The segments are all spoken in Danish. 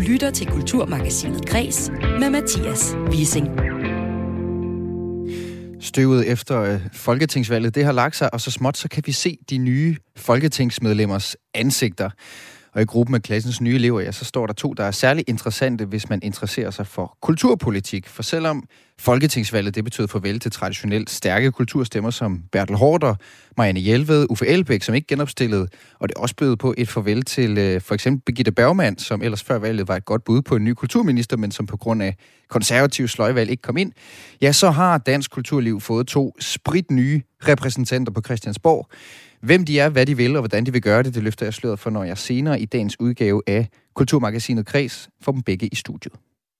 lytter til Kulturmagasinet Kres med Mathias Wissing. Støvet efter folketingsvalget, det har lagt sig, og så småt så kan vi se de nye folketingsmedlemmers ansigter. Og i gruppen af klassens nye elever, ja, så står der to, der er særligt interessante, hvis man interesserer sig for kulturpolitik. For selvom folketingsvalget, det betød farvel til traditionelt stærke kulturstemmer som Bertel Haarder, Marianne Jelved, Uffe Elbæk, som ikke genopstillede, og det også bød på et farvel til for eksempel Birgitte Bergman, som ellers før valget var et godt bud på en ny kulturminister, men som på grund af konservativ sløjvalg ikke kom ind, ja, så har dansk kulturliv fået to spritnye repræsentanter på Christiansborg. Hvem de er, hvad de vil og hvordan de vil gøre det, det løfter jeg sløret for, når jeg senere i dagens udgave af Kulturmagasinet Kres får dem begge i studiet.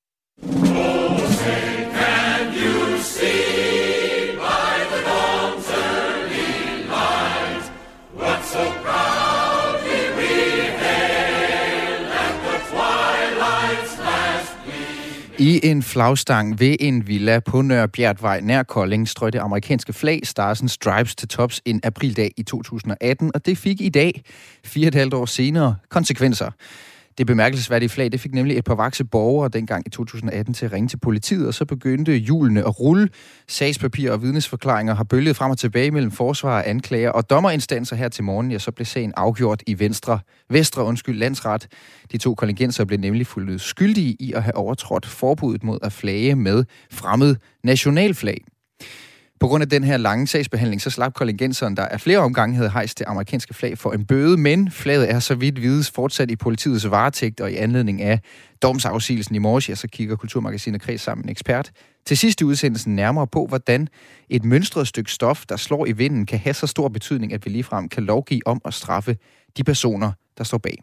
I en flagstang ved en villa på Nørre Bjertvej nær Kolding strøg det amerikanske flag Stars and Stripes til tops en aprildag i 2018, og det fik i dag, 4,5 år senere, konsekvenser. Det bemærkelsesværdige flag, det fik nemlig et par vakse borgere dengang i 2018 til at ringe til politiet, og så begyndte hjulene at rulle. Sagspapir og vidnesforklaringer har bølget frem og tilbage mellem forsvar, anklager og dommerinstanser her til morgen. Ja, så blev sagen afgjort i Vestre Landsret. De to kollegienser blev nemlig fundet skyldige i at have overtrådt forbuddet mod at flage med fremmed nationalflag. På grund af den her lange sagsbehandling, så slap kollegenseren, der af flere omgange havde hejst det amerikanske flag for en bøde, men flaget er så vidt vides fortsat i politiets varetægt, og i anledning af domsafsigelsen i morges, ja, så kigger Kulturmagasinet Kres sammen med en ekspert til sidst i udsendelsen nærmere på, hvordan et mønstret stykke stof, der slår i vinden, kan have så stor betydning, at vi ligefrem kan lovgive om at straffe de personer, der står bag.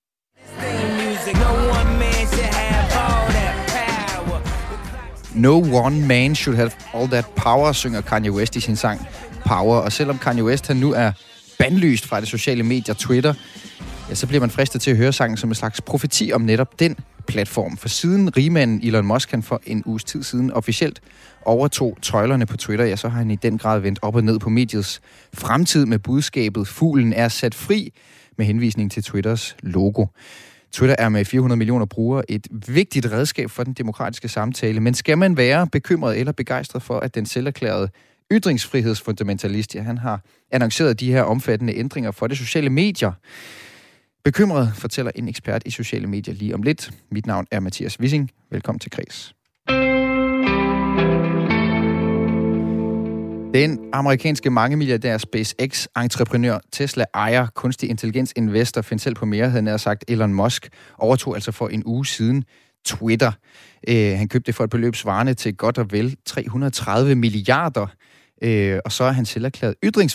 No one man should have all that power, synger Kanye West i sin sang Power. Og selvom Kanye West han nu er bandlyst fra det sociale medier Twitter, ja, så bliver man fristet til at høre sangen som en slags profeti om netop den platform. For siden rigmanden Elon Musk han for en uges tid siden officielt overtog tøjlerne på Twitter, ja, så har han i den grad vendt op og ned på mediets fremtid med budskabet "Fuglen er sat fri" med henvisning til Twitters logo. Twitter er med 400 millioner brugere et vigtigt redskab for den demokratiske samtale, men skal man være bekymret eller begejstret for, at den selverklærede ytringsfrihedsfundamentalist, ja, han har annonceret de her omfattende ændringer for de sociale medier? Bekymret, fortæller en ekspert i sociale medier lige om lidt. Mit navn er Mathias Wissing. Velkommen til Kres. Den amerikanske mangemilliardær SpaceX-entreprenør, Tesla-ejer, kunstig intelligens-investor, finder selv på mere, havde nær sagt Elon Musk, overtog altså for en uge siden Twitter. Han købte det for et beløb svarende til godt og vel 330 milliarder, og så er han selv erklæret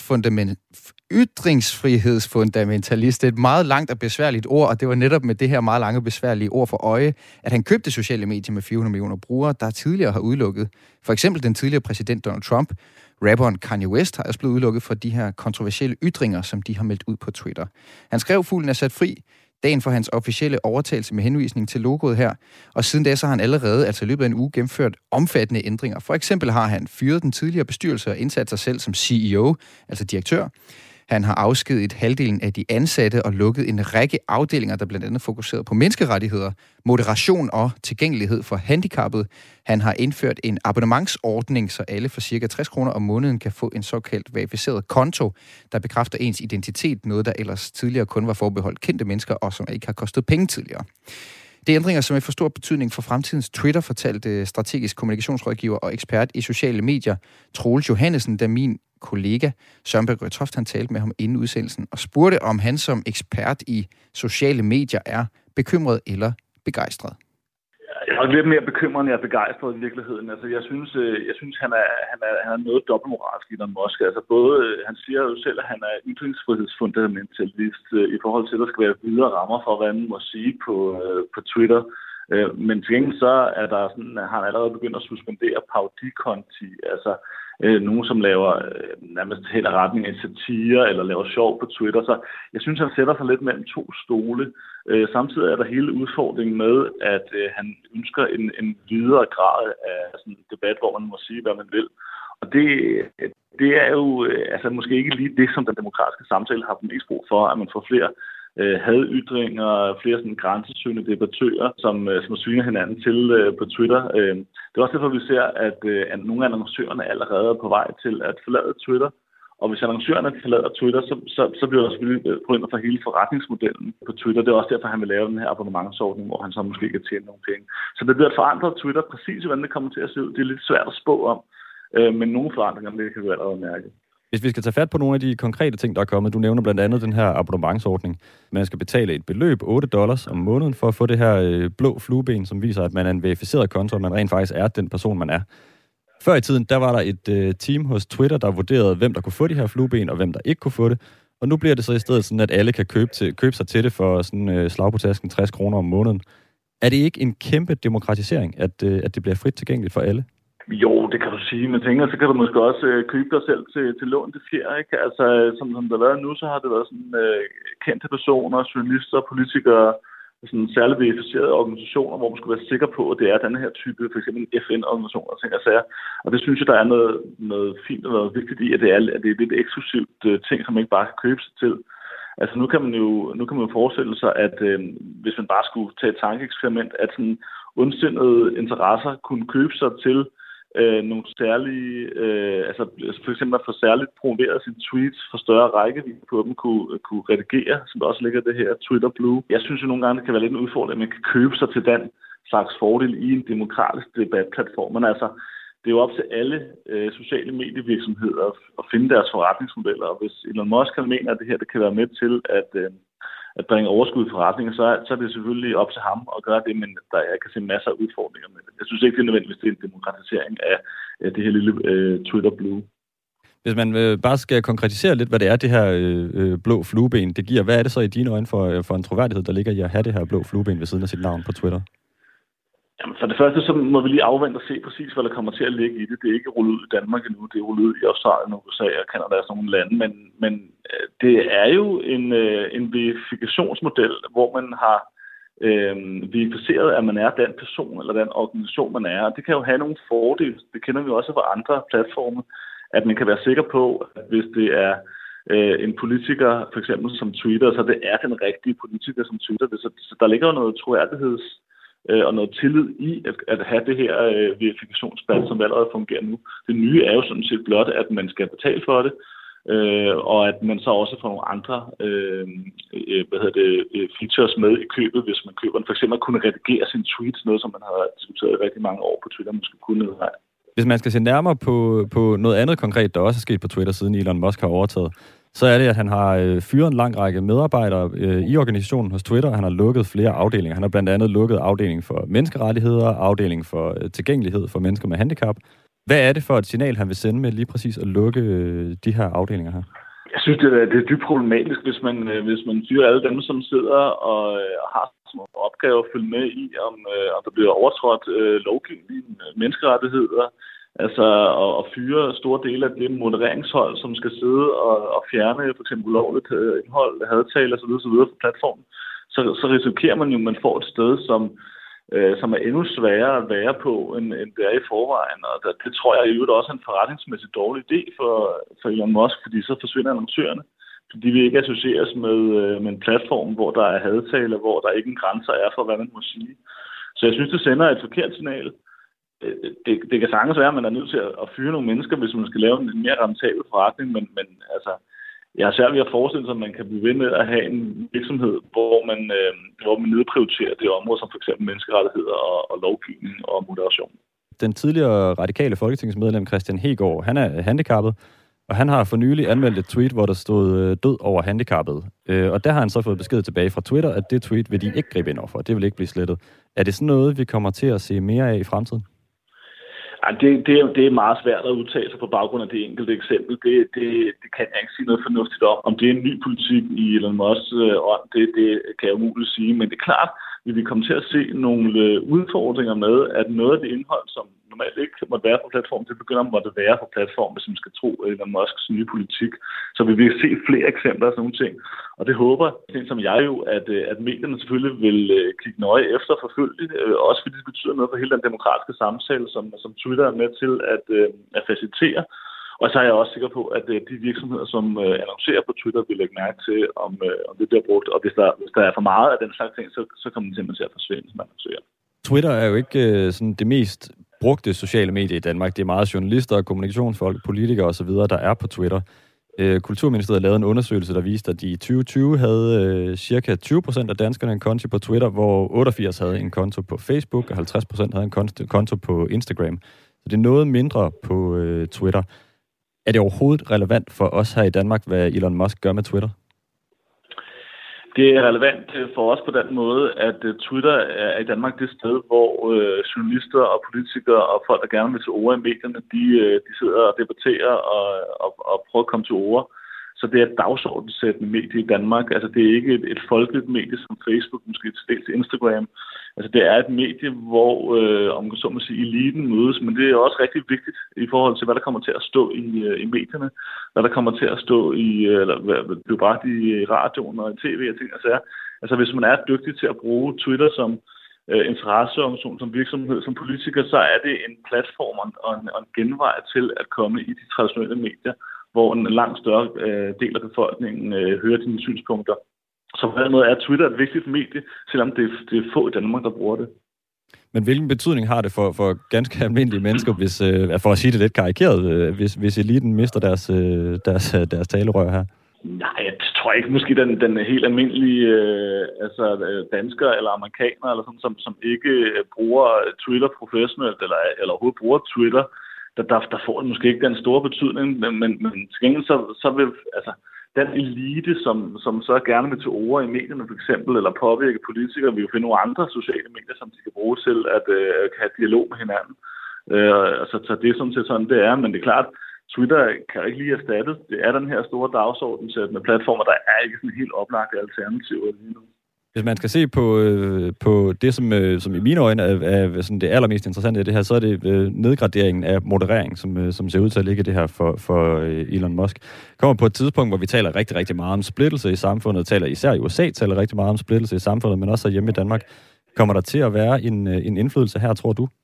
ytringsfrihedsfundamentalist. Det er et meget langt og besværligt ord, og det var netop med det her meget lange og besværlige ord for øje, at han købte sociale medier med 400 millioner brugere, der tidligere har udelukket for eksempel den tidligere præsident Donald Trump. Rapperen Kanye West har også blevet udelukket for de her kontroversielle ytringer, som de har meldt ud på Twitter. Han skrev, "Fuglen er sat fri" dagen for hans officielle overtagelse med henvisning til logoet her, og siden da så har han allerede, altså i løbet af en uge, gennemført omfattende ændringer. For eksempel har han fyret den tidligere bestyrelse og indsat sig selv som CEO, altså direktør. Han har afskediget halvdelen af de ansatte og lukket en række afdelinger, der blandt andet fokuserede på menneskerettigheder, moderation og tilgængelighed for handicappede. Han har indført en abonnementsordning, så alle for cirka 60 kroner om måneden kan få en såkaldt verificeret konto, der bekræfter ens identitet, noget der ellers tidligere kun var forbeholdt kendte mennesker og som ikke har kostet penge tidligere. Det er ændringer, som er for stor betydning for fremtidens Twitter, fortalte strategisk kommunikationsrådgiver og ekspert i sociale medier Troels Johannesen, da min kollega Søren Berg Røtoft, han talte med ham inden udsendelsen og spurgte, om han som ekspert i sociale medier er bekymret eller begejstret. Jeg er lidt mere bekymret, end jeg er begejstret i virkeligheden. Altså, jeg synes han er noget dobbeltmoralsk i Elon Musk. Altså, både, han siger jo selv, at han er ytringsfrihedsfundamentalist i forhold til, at der skal være videre rammer for, hvad man må sige på Twitter. Men til gengæld så er der sådan, har han allerede begyndt at suspendere parodikonti, altså nogen, som laver nærmest helt retning af satire eller laver sjov på Twitter. Så jeg synes, han sætter sig lidt mellem to stole. Samtidig er der hele udfordringen med, at han ønsker en videre grad af sådan en debat, hvor man må sige, hvad man vil. Og det er jo altså måske ikke lige det, som den demokratiske samtale har mest brug for, at man får flere hadytringer, flere sådan grænsesøgende debattører, som svinger hinanden til på Twitter. Det er også derfor, vi ser, at nogle af annoncørerne allerede er på vej til at forlade Twitter. Og hvis annoncørerne forlader Twitter, så bliver der selvfølgelig problemer for hele forretningsmodellen på Twitter. Det er også derfor, han vil lave den her abonnementsordning, hvor han så måske kan tjene nogle penge. Så det bliver et forandret Twitter, præcis hvordan det kommer til at se ud. Det er lidt svært at spå om, men nogle forandringer, det kan vi allerede mærke. Hvis vi skal tage fat på nogle af de konkrete ting, der er kommet, du nævner blandt andet den her abonnementsordning. Man skal betale et beløb, $8 om måneden, for at få det her blå flueben, som viser, at man er en verificeret konto, og man rent faktisk er den person, man er. Før i tiden, der var der et team hos Twitter, der vurderede, hvem der kunne få de her flueben, og hvem der ikke kunne få det. Og nu bliver det så i stedet sådan, at alle kan købe sig til det for sådan slag på tasken 60 kroner om måneden. Er det ikke en kæmpe demokratisering, at det bliver frit tilgængeligt for alle? Jo, det kan du sige. Men tænker, så kan du måske også købe dig selv til lån til fjer, ikke? Altså, som det har været nu, så har det været sådan kendte personer, journalister, politikere, sådan særligt verificerede organisationer, hvor man skulle være sikker på, at det er den her type, for eksempel FN-organisationer, ting og sager. Og det synes jeg, der er noget fint og noget vigtigt i, at det er lidt eksklusivt ting, som man ikke bare kan købe sig til. Altså nu kan man jo forestille sig, at hvis man bare skulle tage et tankeeksperiment, at sådan ondsindede interesser kunne købe sig til nogle særlige, altså for eksempel at få særligt promoveret sine tweets for større rækkevidde på dem kunne redigere, som der også ligger det her Twitter Blue. Jeg synes jo nogle gange, det kan være lidt en udfordring, at man kan købe sig til den slags fordel i en demokratisk debatplatform. Men altså, det er jo op til alle sociale medievirksomheder at finde deres forretningsmodeller. Og hvis Elon Musk mener, at det her det kan være med til at bringe overskud i forretninger, så er det selvfølgelig op til ham at gøre det, men jeg kan se masser af udfordringer med det. Jeg synes ikke, det er nødvendigvis, det er en demokratisering af det her lille Twitter Blue. Hvis man bare skal konkretisere lidt, hvad det er, det her blå flueben, det giver, hvad er det så i dine øjne for en troværdighed, der ligger i at have det her blå flueben ved siden af sit navn på Twitter? Jamen, for det første, så må vi lige afvente og se præcis, hvad der kommer til at ligge i det. Det er ikke rullet ud i Danmark endnu, det er rullet ud i Australien, USA og Canada og sådan nogle lande. Men det er jo en verifikationsmodel, hvor man har verificeret, at man er den person eller den organisation, man er. Og det kan jo have nogle fordele. Det kender vi også fra andre platforme, at man kan være sikker på, at hvis det er en politiker, for eksempel som Twitter, så det er den rigtige politiker, som Twitter. Så der ligger jo noget troværdigheds og noget tillid i at have det her verifikationsplads, som allerede fungerer nu. Det nye er jo sådan set blot, at man skal betale for det, og at man så også får nogle andre features med i købet, hvis man køber den. For eksempel at kunne redigere sine tweets, noget som man har diskuteret i rigtig mange år på Twitter, måske kunne have. Hvis man skal se nærmere på noget andet konkret, der også er sket på Twitter, siden Elon Musk har overtaget, så er det, at han har fyret en lang række medarbejdere i organisationen hos Twitter. Han har lukket flere afdelinger. Han har blandt andet lukket afdelingen for menneskerettigheder, afdelingen for tilgængelighed for mennesker med handicap. Hvad er det for et signal, han vil sende med lige præcis at lukke de her afdelinger her? Jeg synes, det er dybt problematisk, hvis man fyrer alle dem, som sidder og har som opgave at følge med i, om der bliver overtrådt lovgivning, menneskerettigheder, altså at fyre store dele af det modereringshold, som skal sidde og fjerne for eksempel ulovligt indhold, hadtale osv. fra platformen, så risikerer man jo, at man får et sted, som er endnu sværere at være på, end det er i forvejen. Og det tror jeg jo også er en forretningsmæssigt dårlig idé for Elon Musk, fordi så forsvinder annoncørerne. De vil ikke associeres med en platform, hvor der er hadtale, hvor der ikke en grænser er for, hvad man må sige. Så jeg synes, det sender et forkert signal. Det kan sagtens være, at man er nødt til at fyre nogle mennesker, hvis man skal lave en mere rentabel forretning, men altså, jeg har særligt at forestille sig, at man kan blive ved med at have en virksomhed, hvor man nedprioriterer det område, som for eksempel menneskerettigheder og lovgivning og moderation. Den tidligere radikale folketingsmedlem Kristian Hegaard, han er handicappet, og han har for nylig anmeldt et tweet, hvor der stod død over handicappet. Og der har han så fået besked tilbage fra Twitter, at det tweet vil de ikke gribe ind over, det vil ikke blive slettet. Er det sådan noget, vi kommer til at se mere af i fremtiden? Det er meget svært at udtale sig på baggrund af det enkelte eksempel. Det kan jeg ikke sige noget fornuftigt om. Om det er en ny politik i Elon Musk's ånd, det kan jeg umuligt sige. Men det er klart, at vi kommer til at se nogle udfordringer med, at noget af det indhold, som normalt ikke måtte være på platformen, det begynder at måtte være på platformen, hvis man skal tro Elon Musks nye politik. Så vi vil se flere eksempler af sådan nogle ting. Og det håber, som jeg jo, at medierne selvfølgelig vil kigge nøje efter forfølge, også fordi det betyder noget for hele den demokratiske samtale, som Twitter er med til at facilitere. Og så er jeg også sikker på, at de virksomheder, som annoncerer på Twitter, vil lægge mærke til, om det bliver brugt. Og hvis der er for meget af den slags ting, så kommer det simpelthen til at forsvinde, som annoncerer. Twitter er jo ikke sådan det mest brugte sociale medier i Danmark. Det er meget journalister, kommunikationsfolk, politikere osv., der er på Twitter. Kulturministeriet lavede en undersøgelse, der viste, at de i 2020 havde cirka 20% af danskerne en konto på Twitter, hvor 88% havde en konto på Facebook, og 50% havde en konto på Instagram. Så det er noget mindre på Twitter. Er det overhovedet relevant for os her i Danmark, hvad Elon Musk gør med Twitter? Det er relevant for os på den måde, at Twitter er i Danmark det sted, hvor journalister og politikere og folk, der gerne vil til ord i medierne, de sidder og debatterer og prøver at komme til ord. Så det er et dagsordensættende medie i Danmark. Altså det er ikke et folkeligt medie som Facebook, måske til dels Instagram. Altså det er et medie, hvor, om man så må sige, eliten mødes, men det er også rigtig vigtigt i forhold til, hvad der kommer til at stå i medierne, hvad der kommer til at stå eller blive bragt i radioen og i tv og ting og sager. Altså hvis man er dygtig til at bruge Twitter som interesseorganisation, som virksomhed, som politiker, så er det en platform og en genvej til at komme i de traditionelle medier, hvor en langt større del af befolkningen hører dine synspunkter. Så på den måde er Twitter et vigtigt medie, selvom det er få i Danmark, der bruger det. Men hvilken betydning har det for ganske almindelige mennesker, hvis, for at sige det lidt karikeret, hvis eliten mister deres talerør her? Nej, jeg tror ikke måske den helt almindelige dansker eller amerikaner, eller sådan, som ikke bruger Twitter professionelt, eller overhovedet bruger Twitter, der får det måske ikke den store betydning, men til gengæld så vil den elite, som så gerne vil til ord i medierne for eksempel, eller påvirke politikere, vil jo finde nogle andre sociale medier, som de kan bruge til at have dialog med hinanden. Så det er sådan det er, men det er klart, Twitter kan jo ikke lige erstattes. Det er den her store dagsordensættende platformer, der er ikke sådan helt oplagte alternativer lige nu. Hvis man skal se på det, som i mine øjne er sådan det allermest interessante i det her, så er det nedgraderingen af moderering, som ser ud til at ligge det her for Elon Musk. Kommer på et tidspunkt, hvor vi taler rigtig, rigtig meget om splittelse i samfundet, taler især i USA taler rigtig meget om splittelse i samfundet, men også hjemme i Danmark. Kommer der til at være en indflydelse her, tror du?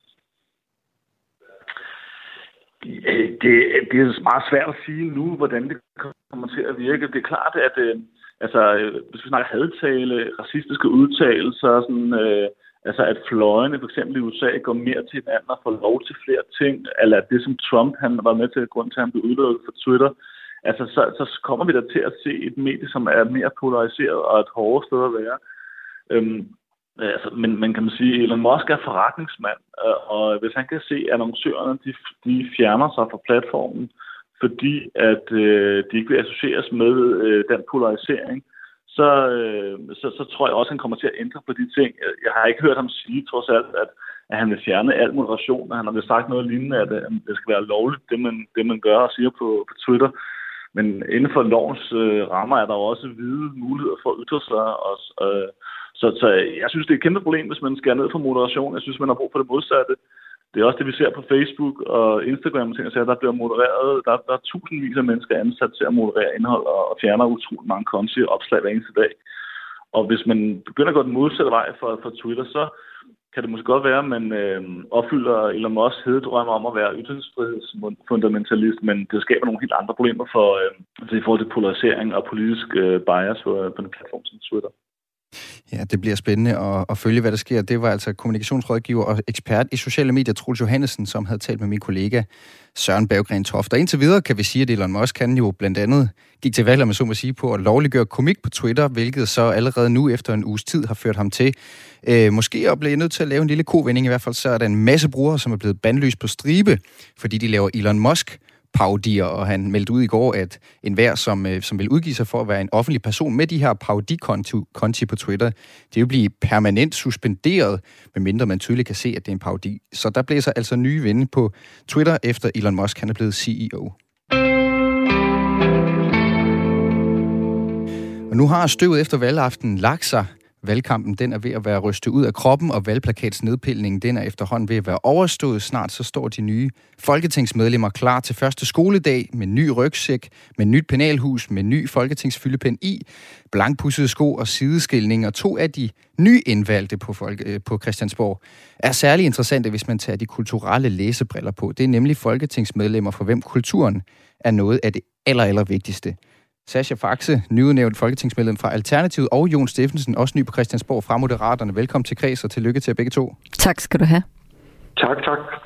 Det er meget svært at sige nu, hvordan det kommer til at virke. Det er klart, at hvis vi snakker hadtale, racistiske udtalelser, at fløjene for eksempel i USA går mere til hinanden og får lov til flere ting, eller det som Trump han var med til grund til, at han blev udelukket fra Twitter, så kommer vi da til at se et medie, som er mere polariseret og et hårdere sted at være. Men man kan sige, at Elon Musk er forretningsmand, og hvis han kan se, at annoncørerne de fjerner sig fra platformen, fordi at de ikke vil associeres med den polarisering, så tror jeg også, at han kommer til at ændre på de ting. Jeg har ikke hørt ham sige, trods alt, at han vil fjerne al moderation, og han har vel sagt noget lignende, at det skal være lovligt, det man gør og siger på Twitter. Men inden for lovens rammer er der også vide muligheder for at ytre sig. Så jeg synes, det er et kæmpe problem, hvis man skærer ned for moderation. Jeg synes, man har brug for det modsatte. Det er også det, vi ser på Facebook og Instagram, der bliver modereret. Der er tusindvis af mennesker ansat til at moderere indhold og fjerner utroligt mange konti og opslag hver eneste dag. Og hvis man begynder at gå den modsatte vej for Twitter, så kan det måske godt være, at man opfylder Elon Musk's hededrømme om at være ytringsfrihedsfundamentalist, men det skaber nogle helt andre problemer i forhold til polarisering og politisk bias på en platform som Twitter. Ja, det bliver spændende at følge, hvad der sker. Det var altså kommunikationsrådgiver og ekspert i sociale medier, Troels Johannesen, som havde talt med min kollega Søren Berggren Toft. Og indtil videre kan vi sige, at Elon Musk kan jo blandt andet gik til valg, om man så må sige, på at lovliggøre komik på Twitter, hvilket så allerede nu efter en uges tid har ført ham til måske at blive nødt til at lave en lille kovending. I hvert fald så er der en masse brugere, som er blevet bandlyst på stribe, fordi de laver Elon Musk parodier, og han meldte ud i går, at enhver, som vil udgive sig for at være en offentlig person med de her parodikonti på Twitter, det vil blive permanent suspenderet, medmindre man tydeligt kan se, at det er en parodi. Så der blæser altså nye vinde på Twitter, efter Elon Musk han er blevet CEO. Og nu har støvet efter valgaften lagt sig. Valgkampen den er ved at være rystet ud af kroppen, og valgplakatsnedpilningen den er efterhånden ved at være overstået. Snart så står de nye folketingsmedlemmer klar til første skoledag med ny rygsæk, med nyt penalhus, med ny folketingsfyldepen i, blankpudsede sko og sideskilning. Og 2 af de nye indvalgte på Christiansborg er særlig interessante, hvis man tager de kulturelle læsebriller på. Det er nemlig folketingsmedlemmer, for hvem kulturen er noget af det allervigtigste. Sascha Faxe, nyudnævnt folketingsmedlem fra Alternativet, og Jon Steffensen, også ny på Christiansborg fra Moderaterne. Velkommen til Kreds, og tillykke til jer begge to. Tak skal du have. Tak.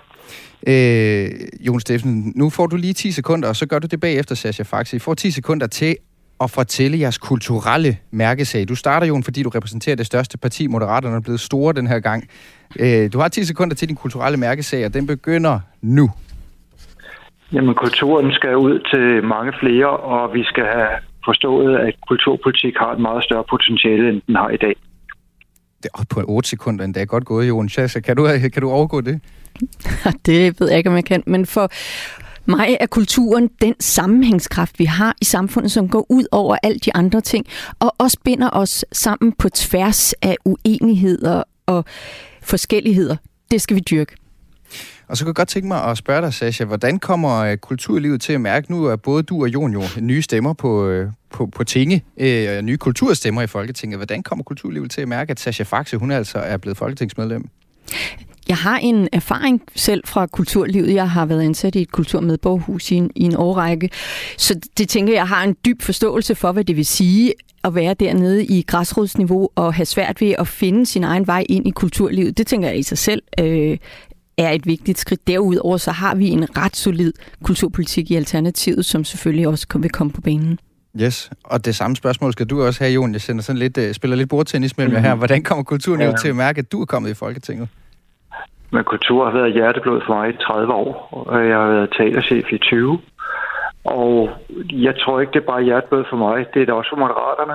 Jon Steffensen, nu får du lige 10 sekunder, og så gør du det bagefter, Sascha Faxe. I får 10 sekunder til at fortælle jeres kulturelle mærkesag. Du starter, Jon, fordi du repræsenterer det største parti. Moderaterne er blevet store den her gang. Du har 10 sekunder til din kulturelle mærkesag, og den begynder nu. Jamen, kulturen skal ud til mange flere, og vi skal have forstået, at kulturpolitik har et meget større potentiale, end den har i dag. Det er på 8 sekunder endda. Godt gået, Jon. Sascha, kan du overgå det? Det ved jeg ikke, om jeg kan. Men for mig er kulturen den sammenhængskraft, vi har i samfundet, som går ud over alle de andre ting, og også binder os sammen på tværs af uenigheder og forskelligheder. Det skal vi dyrke. Og så kan jeg godt tænke mig at spørge dig, Sascha, hvordan kommer kulturlivet til at mærke, nu er både du og Jon jo nye stemmer på tinge, nye kulturstemmer i Folketinget. Hvordan kommer kulturlivet til at mærke, at Sascha Faxe, hun altså er blevet folketingsmedlem? Jeg har en erfaring selv fra kulturlivet. Jeg har været ansat i et kulturmedborgerhus i en årrække, så det tænker jeg har en dyb forståelse for, hvad det vil sige at være dernede i græsrodsniveau og have svært ved at finde sin egen vej ind i kulturlivet. Det tænker jeg i sig selv er et vigtigt skridt. Derudover så har vi en ret solid kulturpolitik i Alternativet, som selvfølgelig også vil komme på banen. Yes, og det samme spørgsmål skal du også have, Jon. Jeg spiller lidt bordtennis mellem jer her. Hvordan kommer kulturlivet til at mærke, at du er kommet i Folketinget? Men kultur har været hjerteblod for mig i 30 år, og jeg har været teaterchef i 20. Og jeg tror ikke, det er bare hjerteblod for mig. Det er det også for Moderaterne.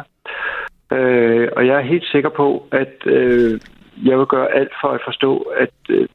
Og jeg er helt sikker på, at jeg vil gøre alt for at forstå, at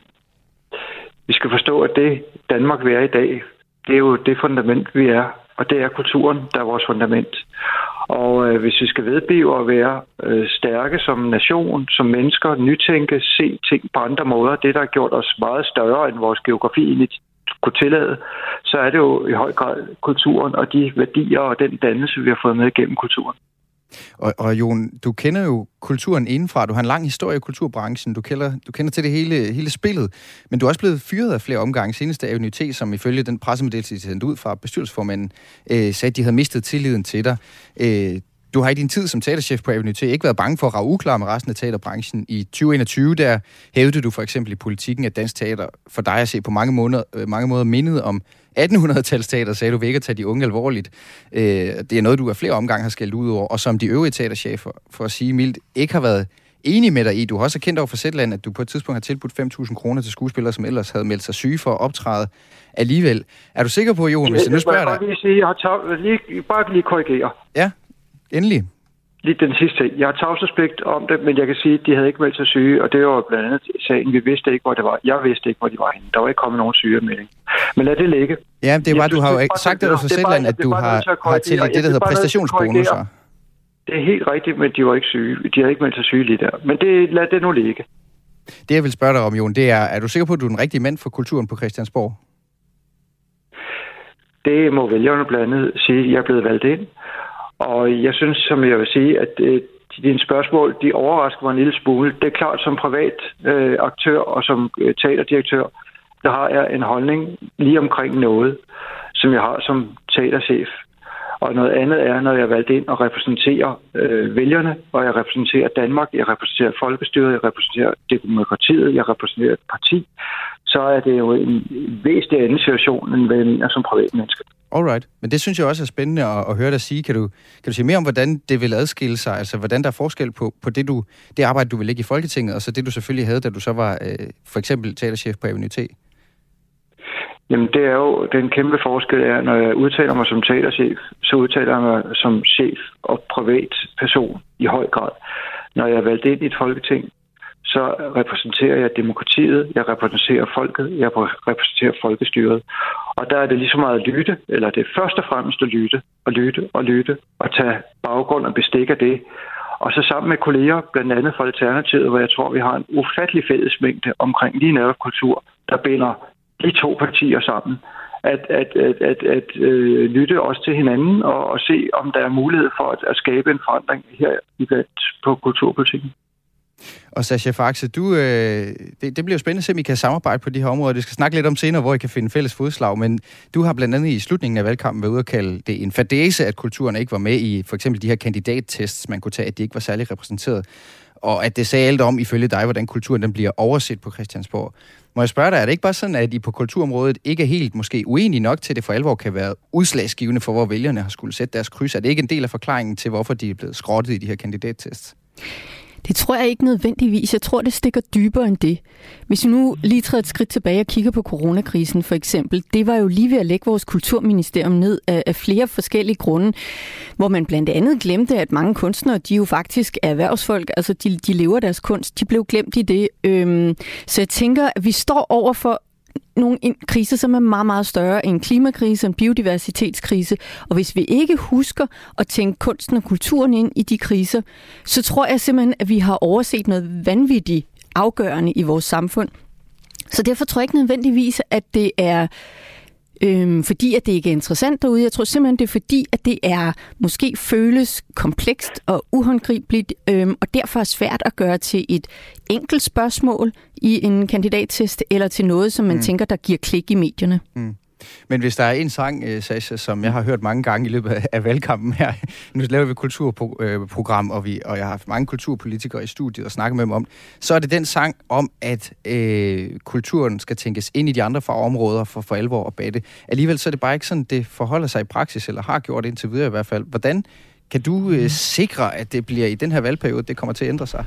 vi skal forstå, at det Danmark vi er i dag, det er jo det fundament, vi er. Og det er kulturen, der er vores fundament. Og hvis vi skal vedblive at være stærke som nation, som mennesker, nytænke, se ting på andre måder, det der har gjort os meget større end vores geografi egentlig kunne tillade, så er det jo i høj grad kulturen og de værdier og den dannelse, vi har fået med gennem kulturen. Og Jon, du kender jo kulturen indenfra. Du har en lang historie i kulturbranchen. Du kender til det hele spillet. Men du er også blevet fyret af flere omgange. Seneste Avenue T, som ifølge den pressemeddelelse, de sendte ud fra bestyrelsesformanden, sagde, at de havde mistet tilliden til dig. Du har i din tid som teaterchef på Avenue T ikke været bange for at rage uklar med resten af teaterbranchen. I 2021, der hævdede du for eksempel i Politikken, at dansk teater for dig at se på mange måder mindede om 1800-talsteater, sagde du vil ikke at tage de unge alvorligt. Det er noget, du af flere omgange har skældt ud over, og som de øvrige teaterchefer, for at sige mildt, ikke har været enige med dig i. Du har også erkendt over for Zetland, at du på et tidspunkt har tilbudt 5.000 kroner til skuespillere, som ellers havde meldt sig syge for at optræde alligevel. Er du sikker på, Jon, hvis jeg nu spørger dig? Jeg bare lige korrigere. Ja, endelig. Lige den sidste ting. Jeg har tavshedspligt om det, men jeg kan sige, at de havde ikke meldt sig syge, og det var blandt andet sagen. Vi vidste ikke, hvor det var. Jeg vidste ikke, hvor de var henne. Der var ikke kommet nogen sygemelding. Men lad det ligge. Ja, det var, du har jo sagt, at du for Zetland, at du har tillægt det, der hedder præstationsbonusser. Det er helt rigtigt, men de var ikke syge. De havde ikke meldt sig syge lige der. Men lad det nu ligge. Det, jeg vil spørge dig om, Jon, det er du sikker på, at du er den rigtige mand for kulturen på Christiansborg? Det må vælgerne blandt andet sige, at jeg er blevet valgt ind. Og jeg synes, som jeg vil sige, at dine spørgsmål, de overrasker mig en lille smule. Det er klart, som privat aktør og som teaterdirektør, der har jeg en holdning lige omkring noget, som jeg har som teaterchef. Og noget andet er, når jeg er valgt ind og repræsenterer vælgerne, og jeg repræsenterer Danmark, jeg repræsenterer folkestyret, jeg repræsenterer demokratiet, jeg repræsenterer et parti, så er det jo en væsentlig anden situation, end hvad jeg mener som privat menneske. Alright. Men det synes jeg også er spændende at høre dig sige. Kan du sige mere om, hvordan det vil adskille sig? Altså, hvordan der er forskel på det arbejde, du vil lægge i Folketinget, og så det, du selvfølgelig havde, da du så var for eksempel teaterchef på Avenue T? Jamen, det er jo den kæmpe forskel, når jeg udtaler mig som teaterchef, så udtaler jeg mig som chef og privat person i høj grad. Når jeg er valgt ind i et folketing, så repræsenterer jeg demokratiet, jeg repræsenterer folket, jeg repræsenterer folkestyret. Og der er det lige så meget at lytte, eller det er først og fremmest at lytte, og tage baggrund og bestik af det. Og så sammen med kolleger, blandt andet fra Alternativet, hvor jeg tror, vi har en ufattelig fællesmængde omkring lige netop kultur, der binder de to partier sammen. At lytte også til hinanden og se, om der er mulighed for at skabe en forandring her på kulturpolitikken. Og Sascha Faxe, det bliver spændende at se, om I kan samarbejde på de her områder. Det skal snakke lidt om senere, hvor I kan finde fælles fodslag, men du har blandt andet i slutningen af valgkampen været ude at kalde det en fadæse, at kulturen ikke var med i for eksempel de her kandidattests, man kunne tage, at de ikke var særlig repræsenteret, og at det sagde alt om, ifølge dig, hvordan kulturen den bliver overset på Christiansborg. Må jeg spørge dig, er det ikke bare sådan, at I på kulturområdet ikke er helt måske uenige nok til, det for alvor kan være udslagsgivende for, hvor vælgerne har skulle sætte deres kryds? Er det ikke en del af forklaringen til, hvorfor de er blevet skrottet i de her kandidattests? Det tror jeg ikke nødvendigvis. Jeg tror, det stikker dybere end det. Hvis vi nu lige træder et skridt tilbage og kigger på coronakrisen for eksempel, det var jo lige ved at lægge vores kulturministerium ned af flere forskellige grunde, hvor man blandt andet glemte, at mange kunstnere, de jo faktisk er erhvervsfolk, altså de lever deres kunst, de blev glemt i det. Så jeg tænker, at vi står over for nogle kriser, som er meget, meget større end en klimakrise, en biodiversitetskrise. Og hvis vi ikke husker at tænke kunsten og kulturen ind i de kriser, så tror jeg simpelthen, at vi har overset noget vanvittigt afgørende i vores samfund. Så derfor tror jeg ikke nødvendigvis, at det er fordi, at det ikke er interessant derude. Jeg tror simpelthen, det er fordi, at det er måske føles komplekst og uhåndgribeligt, og derfor er svært at gøre til et enkelt spørgsmål i en kandidattest, eller til noget, som man tænker, der giver klik i medierne. Men hvis der er en sang, Sascha, som jeg har hørt mange gange i løbet af valgkampen her, nu laver vi kulturprogram, og jeg har haft mange kulturpolitikere i studiet og snakket med dem om, så er det den sang om, at kulturen skal tænkes ind i de andre fagområder for alvor og batte. Alligevel så er det bare ikke sådan, det forholder sig i praksis, eller har gjort indtil videre i hvert fald. Hvordan kan du sikre, at det bliver i den her valgperiode, det kommer til at ændre sig?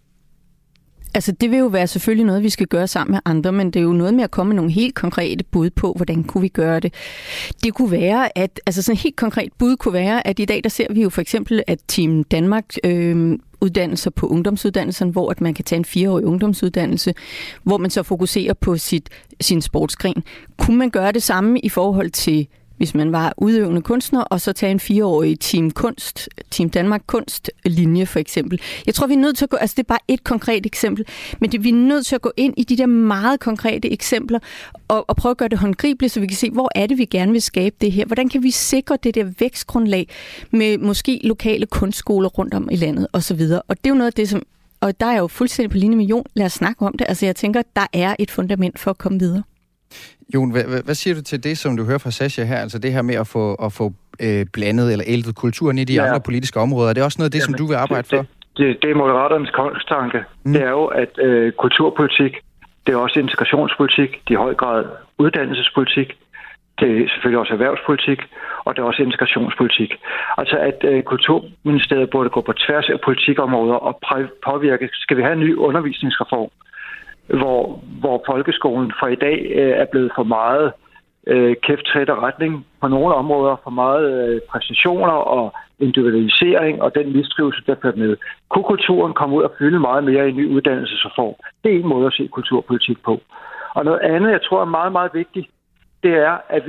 Altså, det vil jo være selvfølgelig noget, vi skal gøre sammen med andre, men det er jo noget med at komme med nogle helt konkrete bud på, hvordan kunne vi gøre det. Det kunne være, at, altså sådan et helt konkret bud kunne være, at i dag, der ser vi jo for eksempel, at Team Danmark uddannelser på ungdomsuddannelsen, hvor at man kan tage en 4-årig ungdomsuddannelse, hvor man så fokuserer på sin sportsgren. Kunne man gøre det samme i forhold til, hvis man var udøvende kunstner, og så tage en 4-årig Team Danmark kunstlinje for eksempel. Jeg tror, vi er nødt til at gå, altså det er bare et konkret eksempel, men vi er nødt til at gå ind i de der meget konkrete eksempler, og prøve at gøre det håndgribeligt, så vi kan se, hvor er det, vi gerne vil skabe det her. Hvordan kan vi sikre det der vækstgrundlag med måske lokale kunstskoler rundt om i landet osv. Og det er jo noget af det, som, og der er jo fuldstændig på linje med Jon, lad os snakke om det. Altså jeg tænker, der er et fundament for at komme videre. Jon, hvad siger du til det, som du hører fra Sascha her? Altså det her med at få blandet eller ældet kulturen i de andre politiske områder. Er det også noget af det, som du vil arbejde for? Det er Moderaternes kongstanke. Det er jo, at kulturpolitik, det er også integrationspolitik, det er i høj grad uddannelsespolitik, det er selvfølgelig også erhvervspolitik, og det er også integrationspolitik. Altså at Kulturministeriet burde gå på tværs af politikområder og påvirke, skal vi have en ny undervisningsreform, hvor folkeskolen for i dag er blevet for meget kæft-træt og retning på nogle områder, for meget præcisioner og individualisering og den mistrivsel, der fører med. Kunne kulturen komme ud og fylde meget mere i en ny uddannelsesreform? Det er en måde at se kulturpolitik på. Og noget andet, jeg tror er meget, meget vigtigt, det er, at